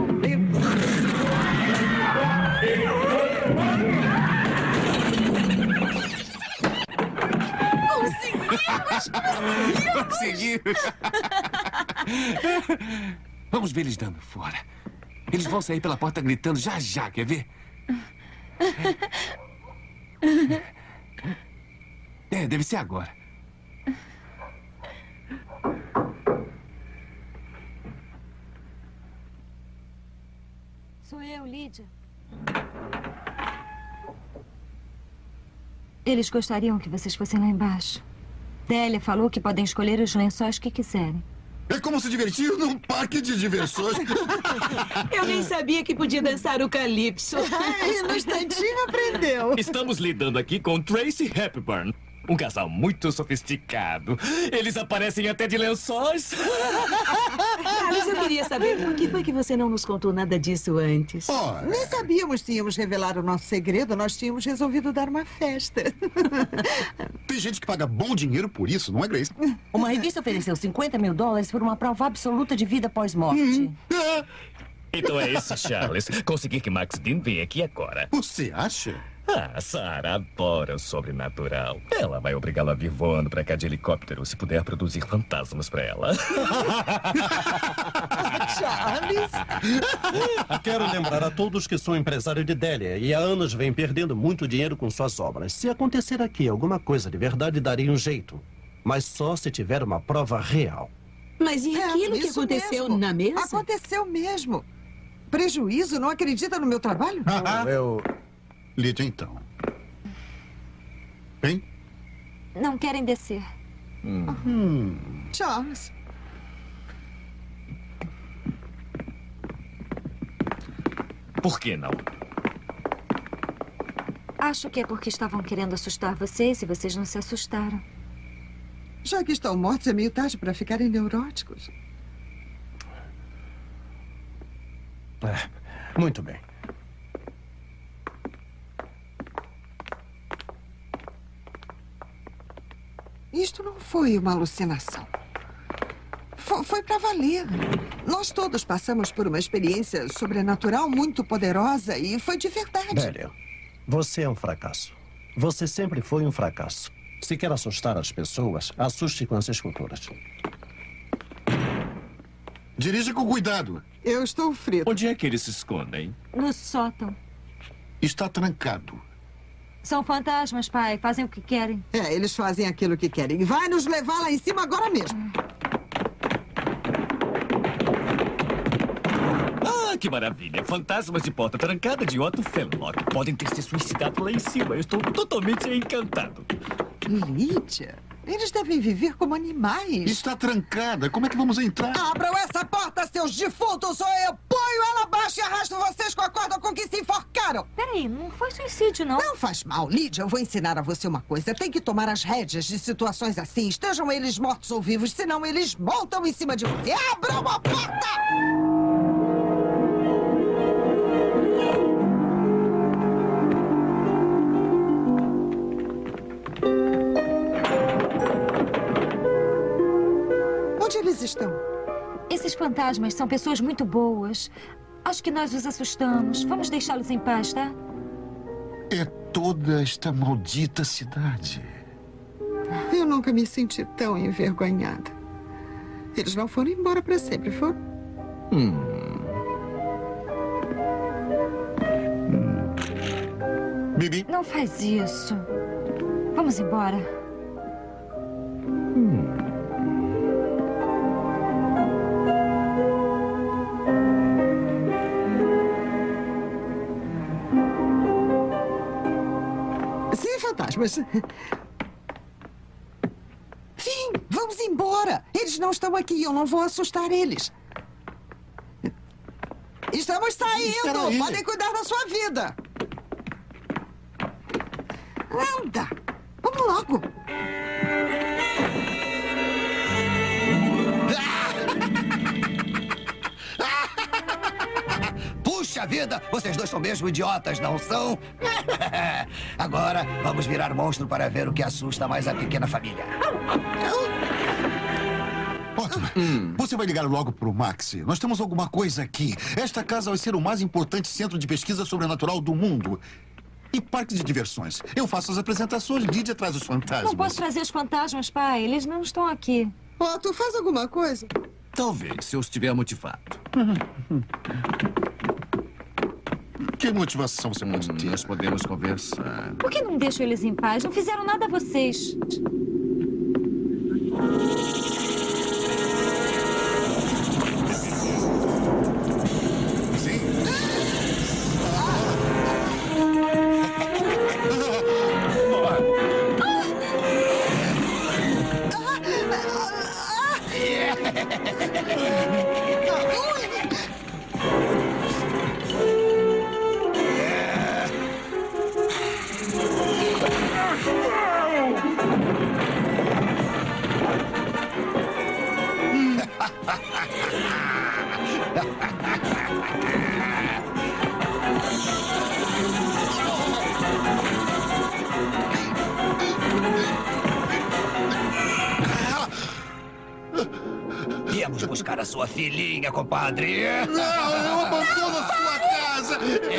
Conseguimos! Vamos ver eles dando fora. Eles vão sair pela porta gritando já já, quer ver? Deve ser agora. Sou eu, Lídia. Eles gostariam que vocês fossem lá embaixo. Délia falou que podem escolher os lençóis que quiserem. É como se divertir num parque de diversões. Eu nem sabia que podia dançar o calypso. Ai, no instantinho aprendeu. Estamos lidando aqui com Tracy Hepburn. Um casal muito sofisticado. Eles aparecem até de lençóis. Alice, eu queria saber por que foi que você não nos contou nada disso antes. Nem sabíamos se íamos revelar o nosso segredo. Nós tínhamos resolvido dar uma festa. Tem gente que paga bom dinheiro por isso, não é, Grace? Uma revista ofereceu $50 mil por uma prova absoluta de vida pós-morte. Então é isso, Charles. Consegui que Max Dean venha aqui agora. Você acha? Ah, Sarah adora o sobrenatural. Ela vai obrigá-lo a vir voando pra cá de helicóptero se puder produzir fantasmas pra ela. Charles! Quero lembrar a todos que sou empresário de Délia e há anos vem perdendo muito dinheiro com suas obras. Se acontecer aqui alguma coisa de verdade, darei um jeito. Mas só se tiver uma prova real. Mas e aquilo que isso aconteceu mesmo. na mesa? Aconteceu mesmo. Prejuízo? Não acredita no meu trabalho? Lídia, então. Hein? Não querem descer. Charles. Por que não? Acho que é porque estavam querendo assustar vocês e vocês não se assustaram. Já que estão mortos, é meio tarde para ficarem neuróticos. Muito bem. Isto não foi uma alucinação. Foi para valer. Nós todos passamos por uma experiência sobrenatural muito poderosa e foi de verdade. Délia, você é um fracasso. Você sempre foi um fracasso. Se quer assustar as pessoas, assuste com as esculturas. Dirija com cuidado. Eu estou frito. Onde é que eles se escondem? No sótão. Está trancado. São fantasmas, pai. Fazem o que querem. Eles fazem aquilo que querem. Vai nos levar lá em cima agora mesmo. Ah, que maravilha. Fantasmas de porta trancada de Otto Fenlock. Podem ter se suicidado lá em cima. Eu estou totalmente encantado. Lídia, eles devem viver como animais. Está trancada. Como é que vamos entrar? Abram essa porta, seus defuntos, ou eu ponho ela abaixo e arrasto vocês com a corda com que se enforcaram. Peraí, não foi suicídio, não? Não faz mal, Lídia. Eu vou ensinar a você uma coisa. Tem que tomar as rédeas de situações assim. Estejam eles mortos ou vivos, senão eles montam em cima de você. Abram a porta! Onde eles estão? Esses fantasmas são pessoas muito boas. Acho que nós os assustamos. Vamos deixá-los em paz, tá? É toda esta maldita cidade. Eu nunca me senti tão envergonhada. Eles não foram embora para sempre, foram? Bibi? Não faz isso. Vamos embora. Sim, fantasmas. Vim, vamos embora. Eles não estão aqui, eu não vou assustar eles. Estamos saindo. Podem cuidar da sua vida. Anda. Vamos logo. Puxa vida, vocês dois são mesmo idiotas, não são? Agora vamos virar monstro para ver o que assusta mais a pequena família. Otto, você vai ligar logo pro Maxi. Nós temos alguma coisa aqui. Esta casa vai ser o mais importante centro de pesquisa sobrenatural do mundo. E parque de diversões. Eu faço as apresentações, Lídia traz os fantasmas. Não posso trazer os fantasmas, pai. Eles não estão aqui. Otto, faz alguma coisa? Talvez, se eu estiver motivado. Que motivação você pode ter? Nós podemos conversar. Por que não deixam eles em paz? Não fizeram nada a vocês. Viemos buscar a sua filhinha, compadre. Não, eu abandono a sua casa.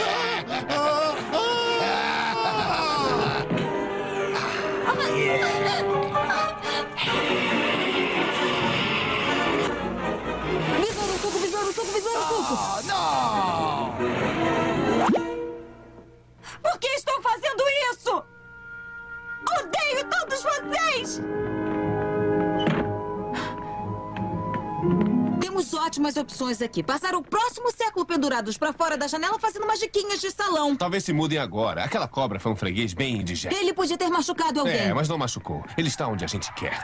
Visor no suco, visor no suco, visor no suco. Não! Por que estão fazendo isso? Odeio todos vocês! ótimas opções aqui. Passaram o próximo século pendurados pra fora da janela fazendo magiquinhas de salão. Talvez se mudem agora. Aquela cobra foi um freguês bem indigesto. Ele podia ter machucado alguém. É, mas não machucou. Ele está onde a gente quer.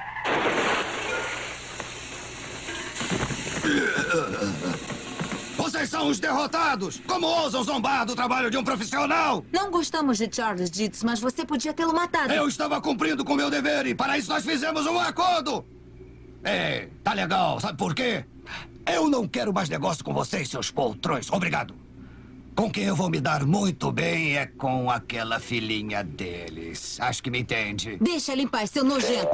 Vocês são os derrotados! Como ousam zombar do trabalho de um profissional? Não gostamos de Charles Dietz, mas você podia tê-lo matado. Eu estava cumprindo com o meu dever e para isso nós fizemos um acordo! É, tá legal. Sabe por quê? Eu não quero mais negócio com vocês, seus poltrões. Obrigado. Com quem eu vou me dar muito bem é com aquela filhinha deles. Acho que me entende. Deixa ele em paz, seu nojento.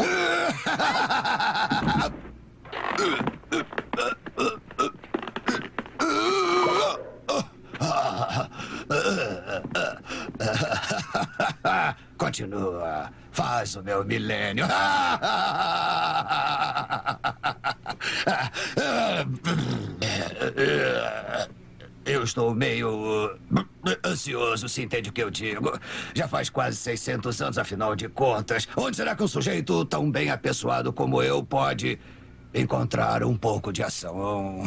Continua. Faz o meu milênio. Eu estou meio ansioso, se entende o que eu digo. Já faz quase 600 anos, afinal de contas. Onde será que um sujeito tão bem apessoado como eu pode encontrar um pouco de ação?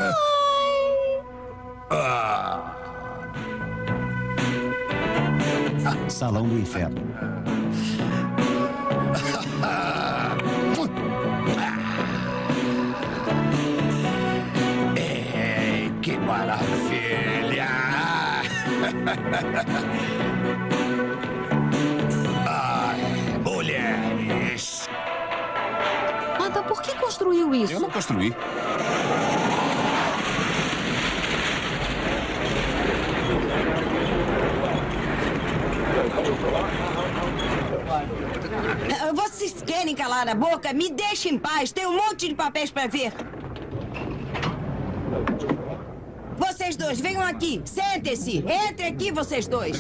Salão do Inferno. Que maravilha! Ai, mulheres! Então por que construiu isso? Eu não construí. Vocês querem calar a boca? Me deixem em paz. Tem um monte de papéis para ver. Vocês dois, venham aqui. Sentem-se. Entre aqui, vocês dois.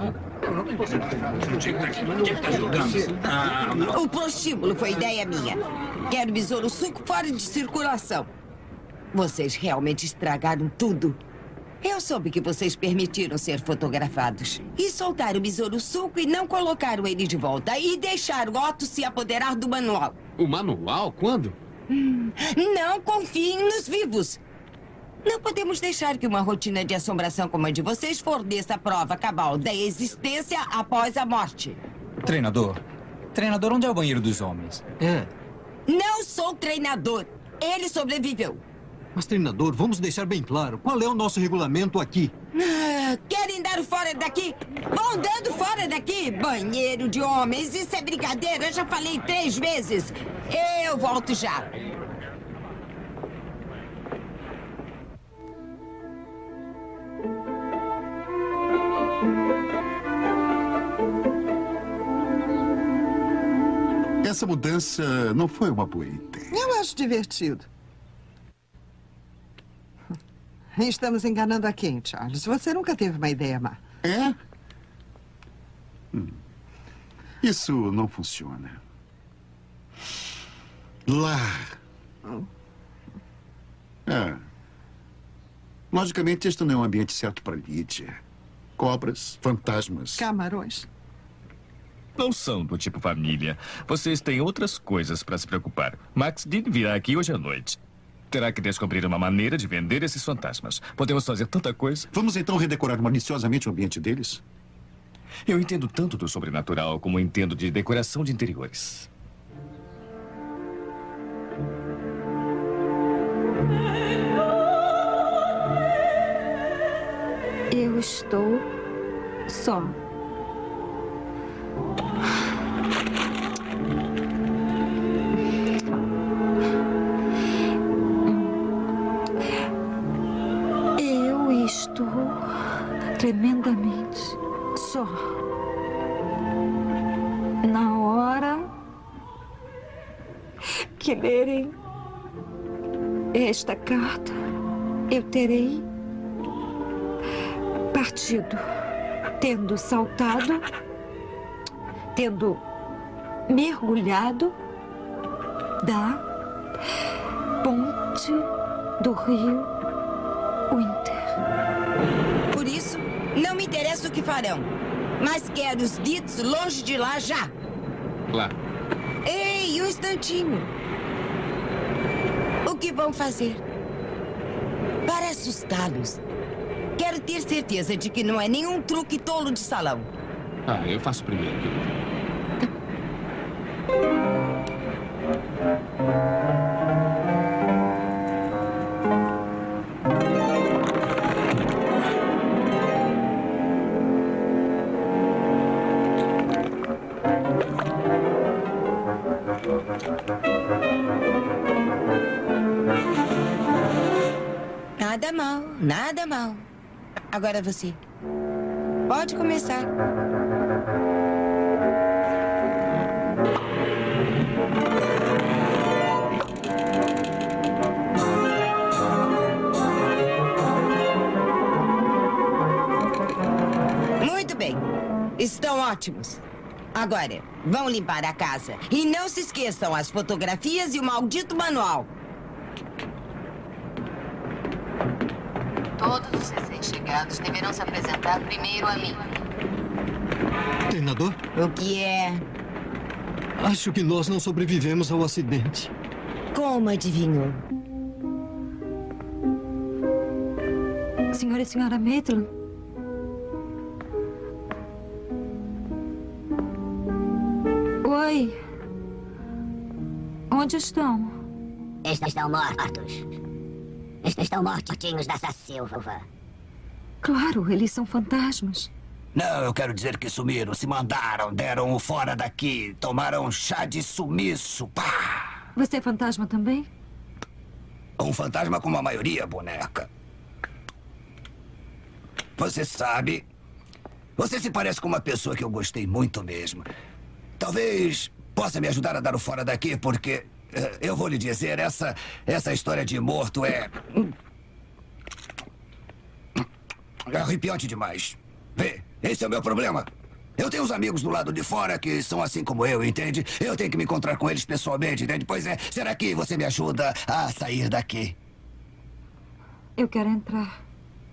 O prostíbulo foi ideia minha. Quero besouro suco fora de circulação. Vocês realmente estragaram tudo. Eu soube que vocês permitiram ser fotografados. E soltaram o besouro suco e não colocaram ele de volta. E deixaram Otto se apoderar do manual. O manual? Quando? Não confiem nos vivos. Não podemos deixar que uma rotina de assombração como a de vocês forneça a prova cabal da existência após a morte. Treinador, onde é o banheiro dos homens? Não sou treinador. Ele sobreviveu. Mas, treinador, vamos deixar bem claro. Qual é o nosso regulamento aqui? Querem dar fora daqui? Vão dando fora daqui. Banheiro de homens. Isso é brincadeira. Eu já falei 3 vezes. Eu volto já. Essa mudança não foi uma boa ideia. Eu acho divertido. Estamos enganando a quem, Charles? Você nunca teve uma ideia má. É? Isso não funciona. Lá. Logicamente, este não é um ambiente certo para Lídia. Cobras, fantasmas. Camarões. Não são do tipo família. Vocês têm outras coisas para se preocupar. Max Dean virá aqui hoje à noite. Terá que descobrir uma maneira de vender esses fantasmas. Podemos fazer tanta coisa. Vamos então redecorar maliciosamente o ambiente deles? Eu entendo tanto do sobrenatural como entendo de decoração de interiores. Eu estou só. Eu estou tremendamente só. Na hora que lerem esta carta, eu terei partido, tendo saltado, tendo mergulhado da ponte do rio Winter. Por isso, não me interessa o que farão, mas quero os Dietz longe de lá já. Lá. Ei, um instantinho. O que vão fazer? para assustá-los. Quero ter certeza de que não é nenhum truque tolo de salão. Ah, eu faço primeiro, querido. Nada mal, nada mal. Agora você. Pode começar. Muito bem. Estão ótimos. Agora, vão limpar a casa. E não se esqueçam as fotografias e o maldito manual. Todos os recém-chegados deverão se apresentar primeiro a mim. Treinador? O que é? Acho que nós não sobrevivemos ao acidente. Como adivinhou? Senhor e senhora Maitland? Oi. Onde estão? Estão mortos. Estão mortinhos dessa Silva. Claro, eles são fantasmas. Não, eu quero dizer que sumiram, se mandaram, deram o fora daqui, tomaram chá de sumiço, pá! Você é fantasma também? Um fantasma como a maioria, boneca. Você sabe, você se parece com uma pessoa que eu gostei muito mesmo. Talvez possa me ajudar a dar o fora daqui, porque... eu vou lhe dizer, essa história de morto é arrepiante demais. Vê, esse é o meu problema. Eu tenho uns amigos do lado de fora que são assim como eu, entende? Eu tenho que me encontrar com eles pessoalmente, entende? Pois é, será que você me ajuda a sair daqui? Eu quero entrar.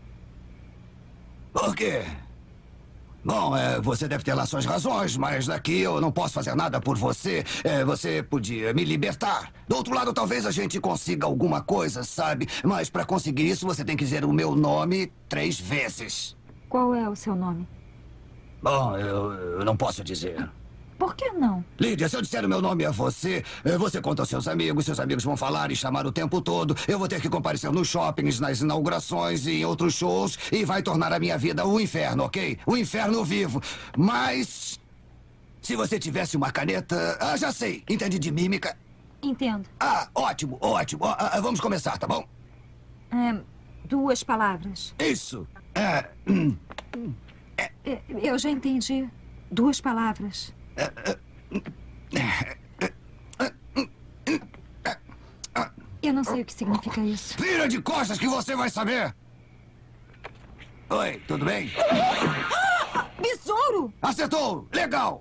Por quê? Bom, você deve ter lá suas razões, mas aqui eu não posso fazer nada por você. Você podia me libertar. Do outro lado, talvez a gente consiga alguma coisa, sabe? Mas para conseguir isso, você tem que dizer o meu nome 3 vezes. Qual é o seu nome? Bom, eu não posso dizer. Por que não? Lídia, se eu disser o meu nome a você, você conta aos seus amigos vão falar e chamar o tempo todo. Eu vou ter que comparecer nos shoppings, nas inaugurações e em outros shows e vai tornar a minha vida um inferno, ok? Um inferno vivo. Mas, se você tivesse uma caneta... já sei, entende de mímica? Entendo. Ótimo. Vamos começar, tá bom? 2 palavras. Isso. Eu já entendi. 2 palavras. Eu não sei o que significa isso. Vira de costas que você vai saber. Oi, tudo bem? Besouro! Acertou! Legal!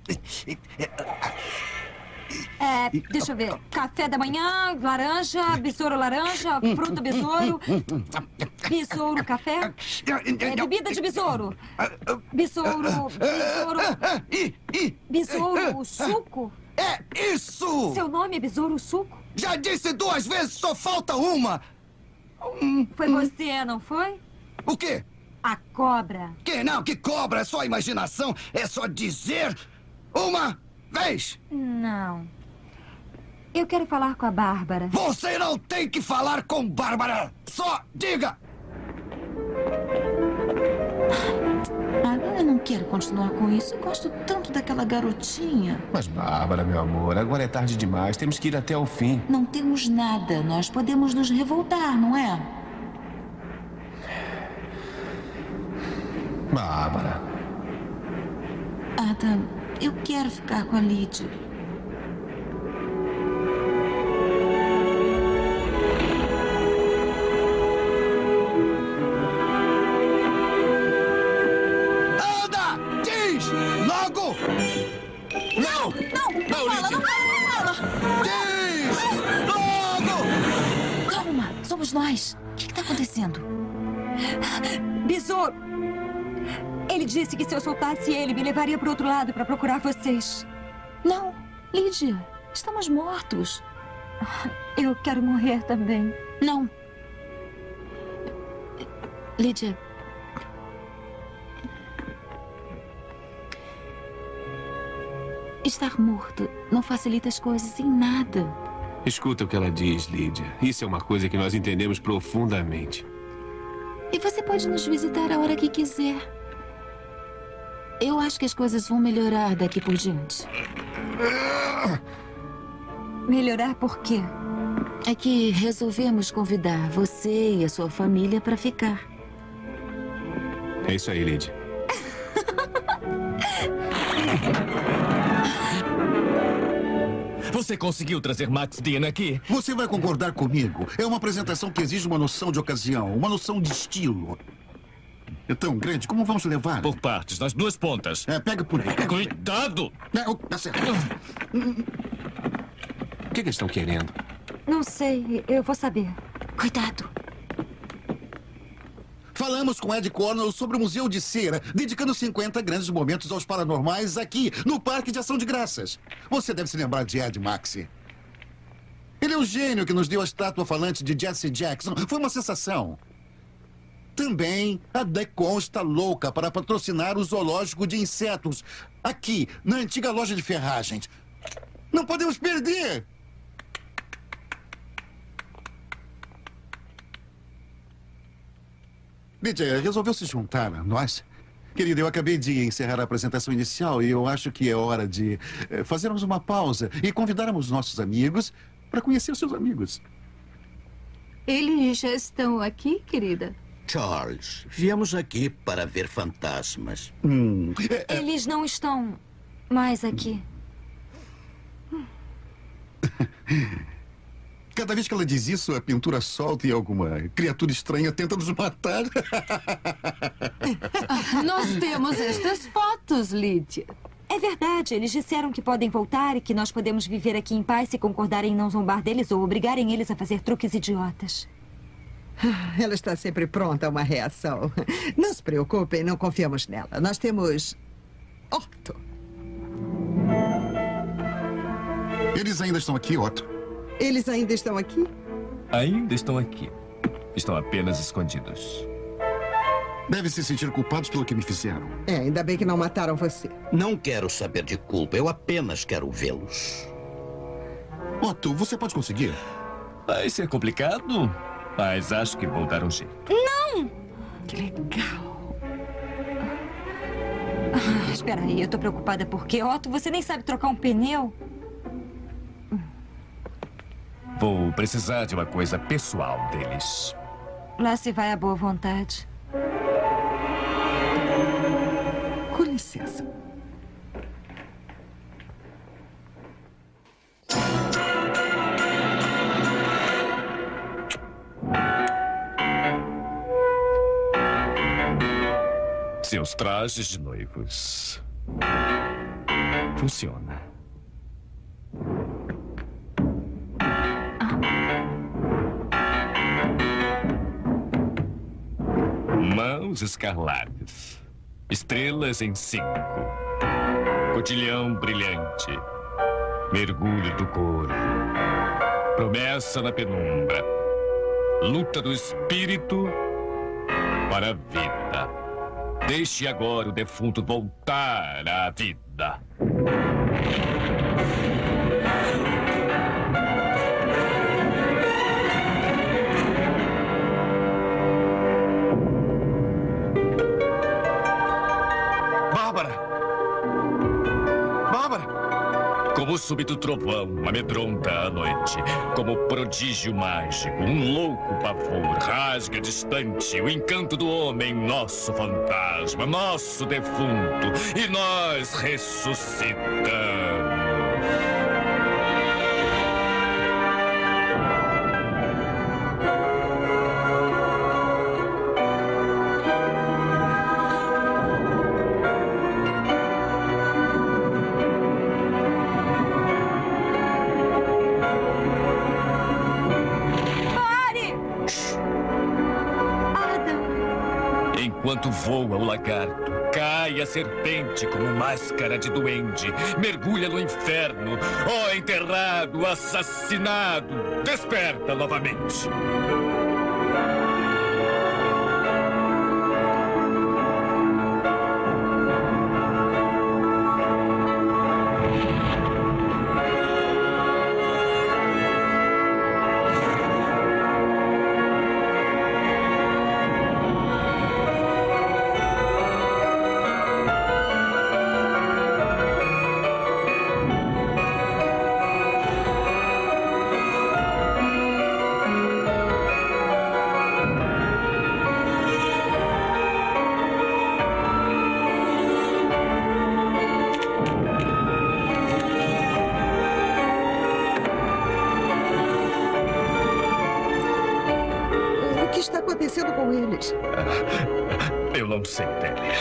Deixa eu ver. Café da manhã, laranja, besouro laranja, fruta besouro. Besouro café. Bebida de besouro. Besouro. Besouro suco. Isso! Seu nome é Besouro Suco? Já disse 2 vezes, só falta uma! Foi você, não foi? O quê? A cobra. Que cobra? É só imaginação. É só dizer uma vez. Não. Eu quero falar com a Bárbara. Você não tem que falar com Bárbara. Só diga. Eu não quero continuar com isso. Eu gosto tanto daquela garotinha. Mas, Bárbara, meu amor, agora é tarde demais. Temos que ir até o fim. Não temos nada. Nós podemos nos revoltar, não é? Bárbara. Adam, eu quero ficar com a Lídia. Não fala. Diz! Logo! Calma, somos nós. O que está acontecendo? Besouro! Ele disse que se eu soltasse ele, me levaria para o outro lado para procurar vocês. Não, Lídia, estamos mortos. Eu quero morrer também. Não. Lídia... Estar morto não facilita as coisas em nada. Escuta o que ela diz, Lídia. Isso é uma coisa que nós entendemos profundamente. E você pode nos visitar a hora que quiser. Eu acho que as coisas vão melhorar daqui por diante. Melhorar por quê? É que resolvemos convidar você e a sua família para ficar. É isso aí, Lídia. Você conseguiu trazer Max Dean aqui? Você vai concordar comigo. É uma apresentação que exige uma noção de ocasião, uma noção de estilo. É tão grande, como vamos levar? Por partes, nas duas pontas. Pega por aí. Cuidado! Tá certo. O que eles estão querendo? Não sei, eu vou saber. Cuidado. Falamos com Ed Cornell sobre o Museu de Cera, dedicando 50 grandes momentos aos paranormais aqui, no Parque de Ação de Graças. Você deve se lembrar de Ed, Maxie. Ele é o gênio que nos deu a estátua falante de Jesse Jackson. Foi uma sensação. Também a Decon está louca para patrocinar o zoológico de insetos, aqui, na antiga loja de ferragens. Não podemos perder! Lídia, resolveu se juntar a nós? Querida, eu acabei de encerrar a apresentação inicial e eu acho que é hora de fazermos uma pausa e convidarmos nossos amigos para conhecer seus amigos. Eles já estão aqui, querida? Charles, viemos aqui para ver fantasmas. Eles não estão mais aqui. Cada vez que ela diz isso, a pintura solta e alguma criatura estranha tenta nos matar. Nós temos estas fotos, Lídia. É verdade, eles disseram que podem voltar e que nós podemos viver aqui em paz se concordarem em não zombar deles ou obrigarem eles a fazer truques idiotas. Ela está sempre pronta a uma reação. Não se preocupem, não confiamos nela. Nós temos... Otto. Eles ainda estão aqui, Otto? Eles ainda estão aqui? Ainda estão aqui. Estão apenas escondidos. Devem se sentir culpados pelo que me fizeram. Ainda bem que não mataram você. Não quero saber de culpa, eu apenas quero vê-los. Otto, você pode conseguir? Vai ser complicado, mas acho que vou dar um jeito. Não! Que legal. Espera aí, eu tô preocupada porque, Otto, você nem sabe trocar um pneu? Vou precisar de uma coisa pessoal deles. Lá se vai a boa vontade. Com licença. Seus trajes de noivos. Funciona. Mãos escarlates. Estrelas em 5. Cotilhão brilhante. Mergulho do corvo. Promessa na penumbra. Luta do espírito para a vida. Deixe agora o defunto voltar à vida. Como súbito trovão, amedronta a noite. Como prodígio mágico, um louco pavor rasga distante o encanto do homem, nosso fantasma, nosso defunto. E nós ressuscitamos. Enquanto voa o lagarto, cai a serpente como máscara de duende, mergulha no inferno, ó enterrado, assassinado, desperta novamente. que está acontecendo com eles? Eu não sei, Delia.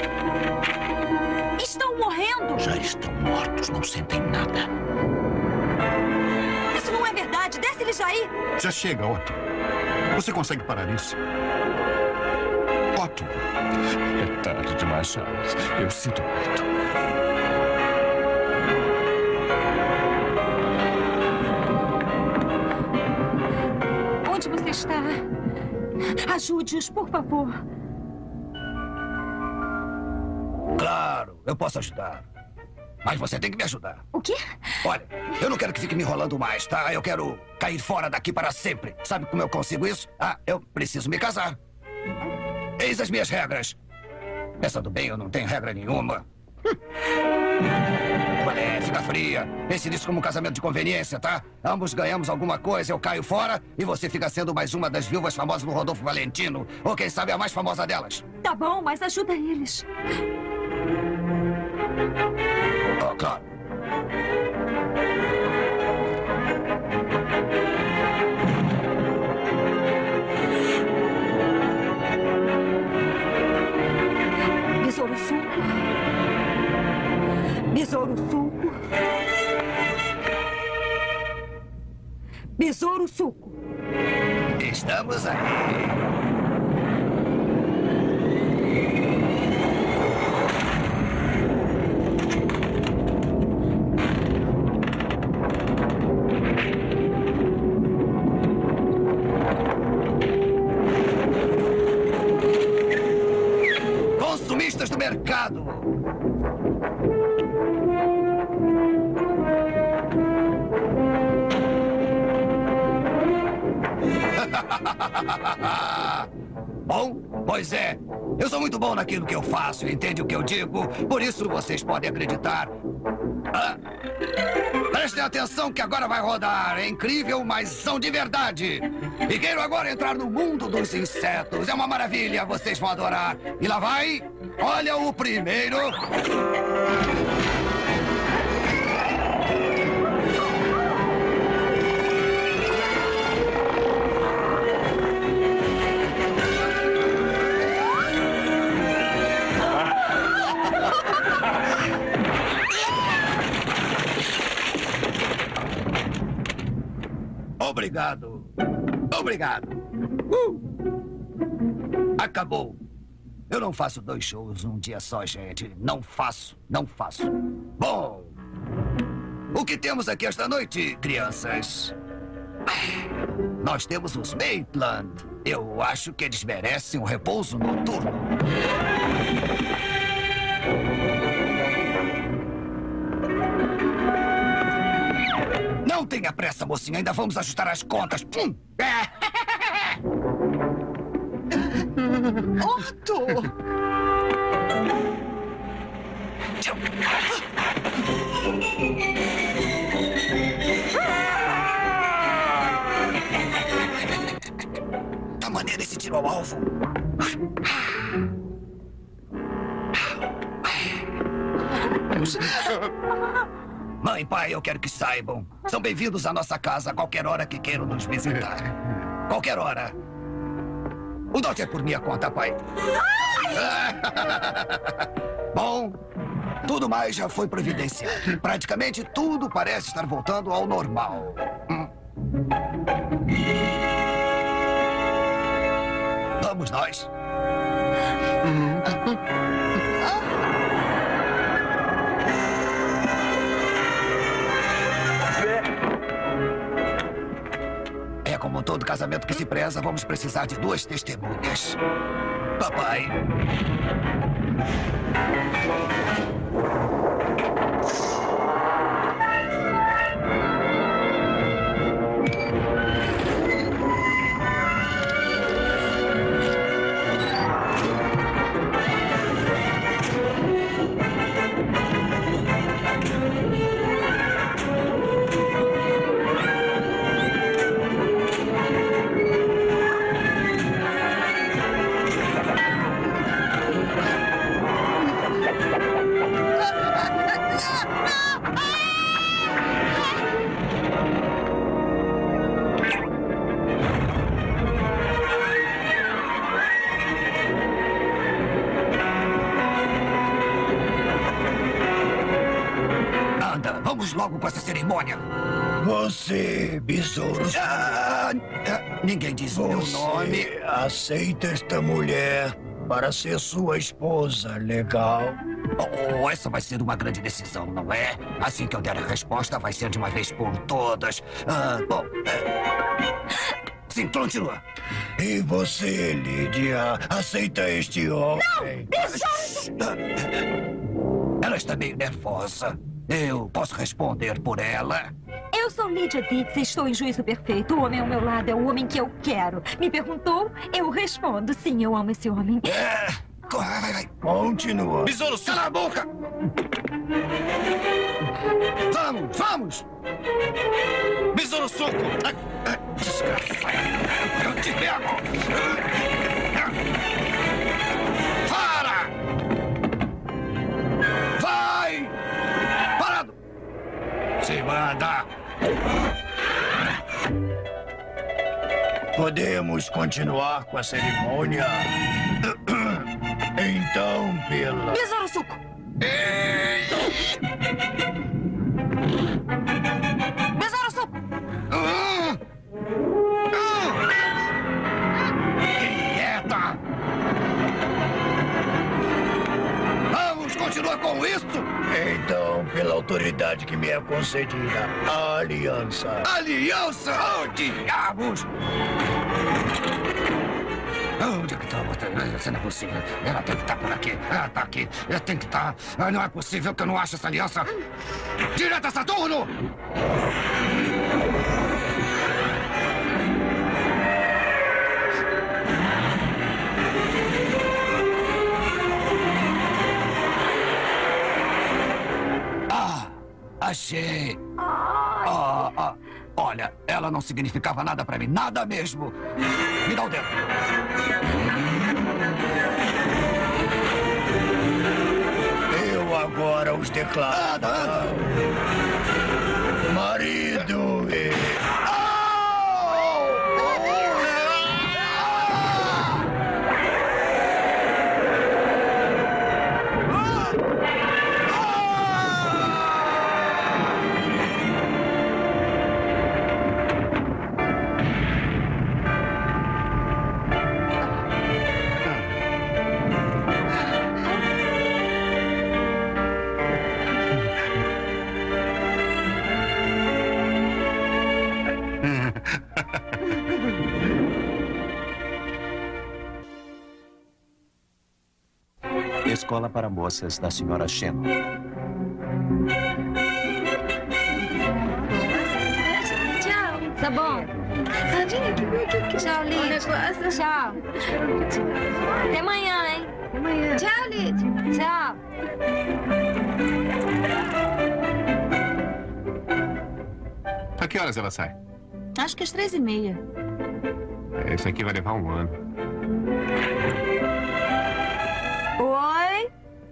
Estão morrendo! Já estão mortos, não sentem nada. Isso não é verdade! Desce eles aí! Já chega, Otto. Você consegue parar isso? Otto. É tarde demais, Charles. Eu sinto muito. Onde você está? Ajude-os, por favor. Claro, eu posso ajudar. Mas você tem que me ajudar. O quê? Olha, eu não quero que fique me enrolando mais, tá? Eu quero cair fora daqui para sempre. Sabe como eu consigo isso? Ah, eu preciso me casar. Eis as minhas regras. Pensando bem, eu não tenho regra nenhuma. Olha, fica fria. Pense nisso como um casamento de conveniência, tá? Ambos ganhamos alguma coisa, eu caio fora e você fica sendo mais uma das viúvas famosas do Rodolfo Valentino. Ou quem sabe a mais famosa delas. Tá bom, mas ajuda eles. Oh, claro. Besouro suco. Besouro suco. Besouro suco. Estamos aí. Consumistas do mercado. Bom, pois é. Eu sou muito bom naquilo que eu faço, entende o que eu digo? Por isso vocês podem acreditar. Ah, prestem atenção que agora vai rodar. É incrível, mas são de verdade. E quero agora entrar no mundo dos insetos. É uma maravilha, vocês vão adorar. E lá vai. Olha o primeiro. Obrigado. Obrigado. Acabou. Eu não faço 2 shows num dia só, gente. Não faço, não faço. Bom, o que temos aqui esta noite, crianças? Nós temos os Maitland. Eu acho que eles merecem um repouso noturno. Não tenha pressa, mocinha. Ainda vamos ajustar as contas. Otto! Da maneira esse tiro ao alvo. Mãe e pai, eu quero que saibam. São bem-vindos à nossa casa a qualquer hora que queiram nos visitar. Qualquer hora. O dote é por minha conta, pai. Bom, tudo mais já foi providenciado. Praticamente tudo parece estar voltando ao normal. Vamos nós. É como todo casamento que se preza, vamos precisar de 2 testemunhas. Papai. vamos logo com essa cerimônia. Você, besouro. Ninguém diz meu nome. Aceita esta mulher para ser sua esposa, legal? Oh, essa vai ser uma grande decisão, não é? Assim que eu der a resposta, vai ser de uma vez por todas. Sim, continua. E você, Lídia, aceita este homem? Ela está meio nervosa. Eu posso responder por ela? Eu sou Lydia Dix e estou em juízo perfeito. O homem ao meu lado é o homem que eu quero. Me perguntou, eu respondo. Sim, eu amo esse homem. Vai. Continua. Besouro, cala a boca! Vamos! Besouro Suco! Desgraçado! Eu te pego! Para! Vai! Parado! Se manda! Podemos continuar com a cerimônia? Então, pela... Besouro Suco! Besouro Suco! Quieta! Vamos continuar com isso? Então, pela autoridade que me é concedida, a aliança. Aliança? Oh, diabos! Onde é que está? Isso não é possível. Ela tem que estar por aqui. Ela está aqui. Ela tem que estar. Não é possível que eu não ache essa aliança. Direto a Saturno! Achei. Olha, ela não significava nada pra mim. Nada mesmo. Me dá o dedo. Eu agora os declaro. Marido e... Escola para moças da senhora Shannon. Tchau. Tá bom? Tchau, Lid. Tchau. Até amanhã, hein? Até amanhã. Tchau, Lid. Tchau. A que horas ela sai? Acho que às 3h30. Isso aqui vai levar um ano. Oi?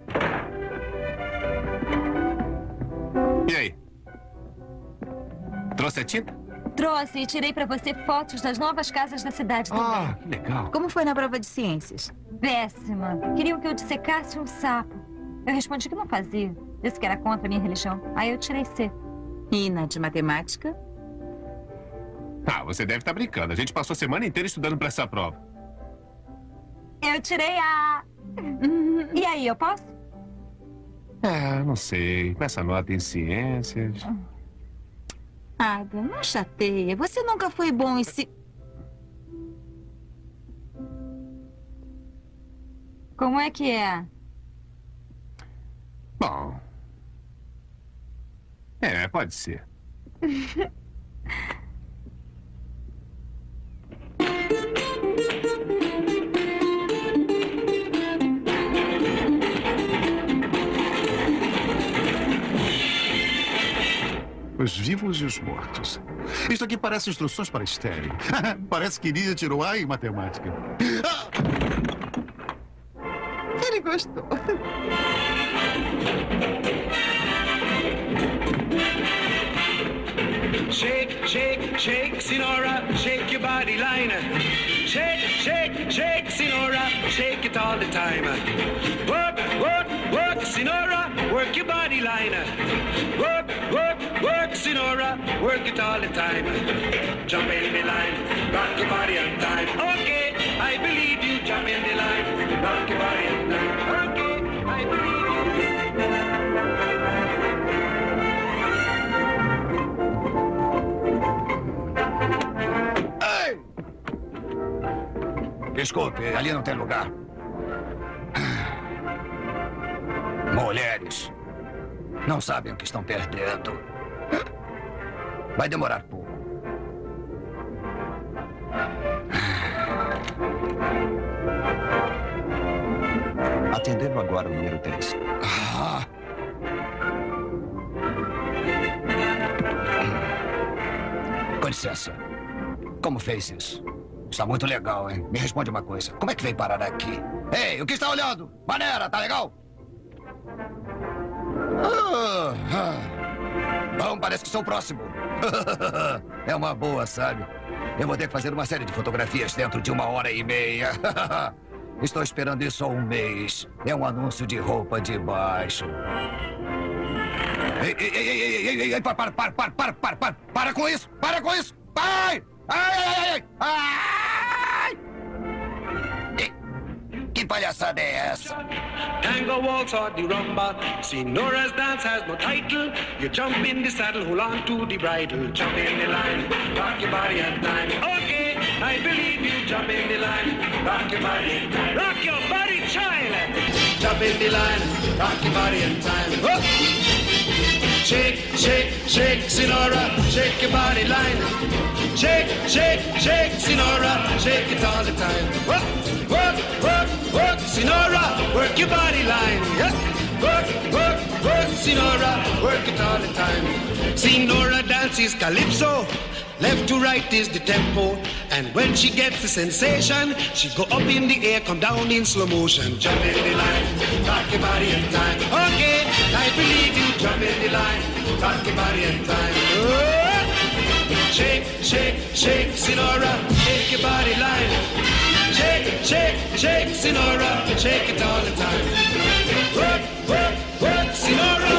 E aí? Trouxe a tinta? Trouxe e tirei pra você fotos das novas casas da cidade também. Que legal. Como foi na prova de ciências? Péssima. Queriam que eu dissecasse um sapo. Eu respondi que não fazia. Disse que era contra a minha religião. Aí eu tirei C. E na de matemática? Você deve estar brincando. A gente passou a semana inteira estudando pra essa prova. Eu tirei A. E aí, eu posso? Não sei. Com essa nota em ciências... Ada, não chateia. Você nunca foi bom em Como é que é? Bom... pode ser. Os vivos e os mortos. Isso aqui parece instruções para estéreo. Parece que Lídia tirou A em matemática. Ele gostou. Shake, shake, shake, Sinora, shake your body line. Shake, shake, shake, Sinora, shake it all the time. Work, work, work, Sinora, work work your body line. Work, work, work, Sinora, work it all the time. Jump in the line, rock your body on time. Okay, I believe you, jump in the line, rock your body on time. Okay, I believe you. Desculpe, ali não tem lugar. Mulheres não sabem o que estão perdendo. Vai demorar pouco. Atendendo agora o número 3. Com licença. Como fez isso? Está muito legal, hein? Me responde uma coisa. Como é que veio parar aqui? Ei, o que está olhando? Maneira, tá legal? Bom, parece que sou o próximo. É uma boa, sabe? Eu vou ter que fazer uma série de fotografias dentro de 1h30. Estou esperando isso há um mês. É um anúncio de roupa de baixo. Ei, para com isso! Para com isso! Ai! Ai! Que palhaçada é essa? Tango, waltz or the rumba. Senora's dance has no title. You jump in the saddle, hold on to the bridle. Jump in the line, rock your body on time. Okay, I believe you. Jump in the line, rock your body on time. Rock your body, child. Jump in the line, rock your body on time. Oh. Shake, shake, shake, Senora, shake your body line. Shake, shake, shake, Senora, shake it all the time. Work, work, work, work, Senora, work your body line. Yeah. Work, work, work, Senora, work it all the time. Senora dances calypso. Left to right is the tempo. And when she gets the sensation, she go up in the air, come down in slow motion. Jump in the line, rock your body in time. Okay, I believe you. Jump in the line, rock your body in time. Oh! Shake, shake, shake, Senora, shake your body line. Shake, shake, shake, Senora, shake it all the time. Work, work, work, Senora.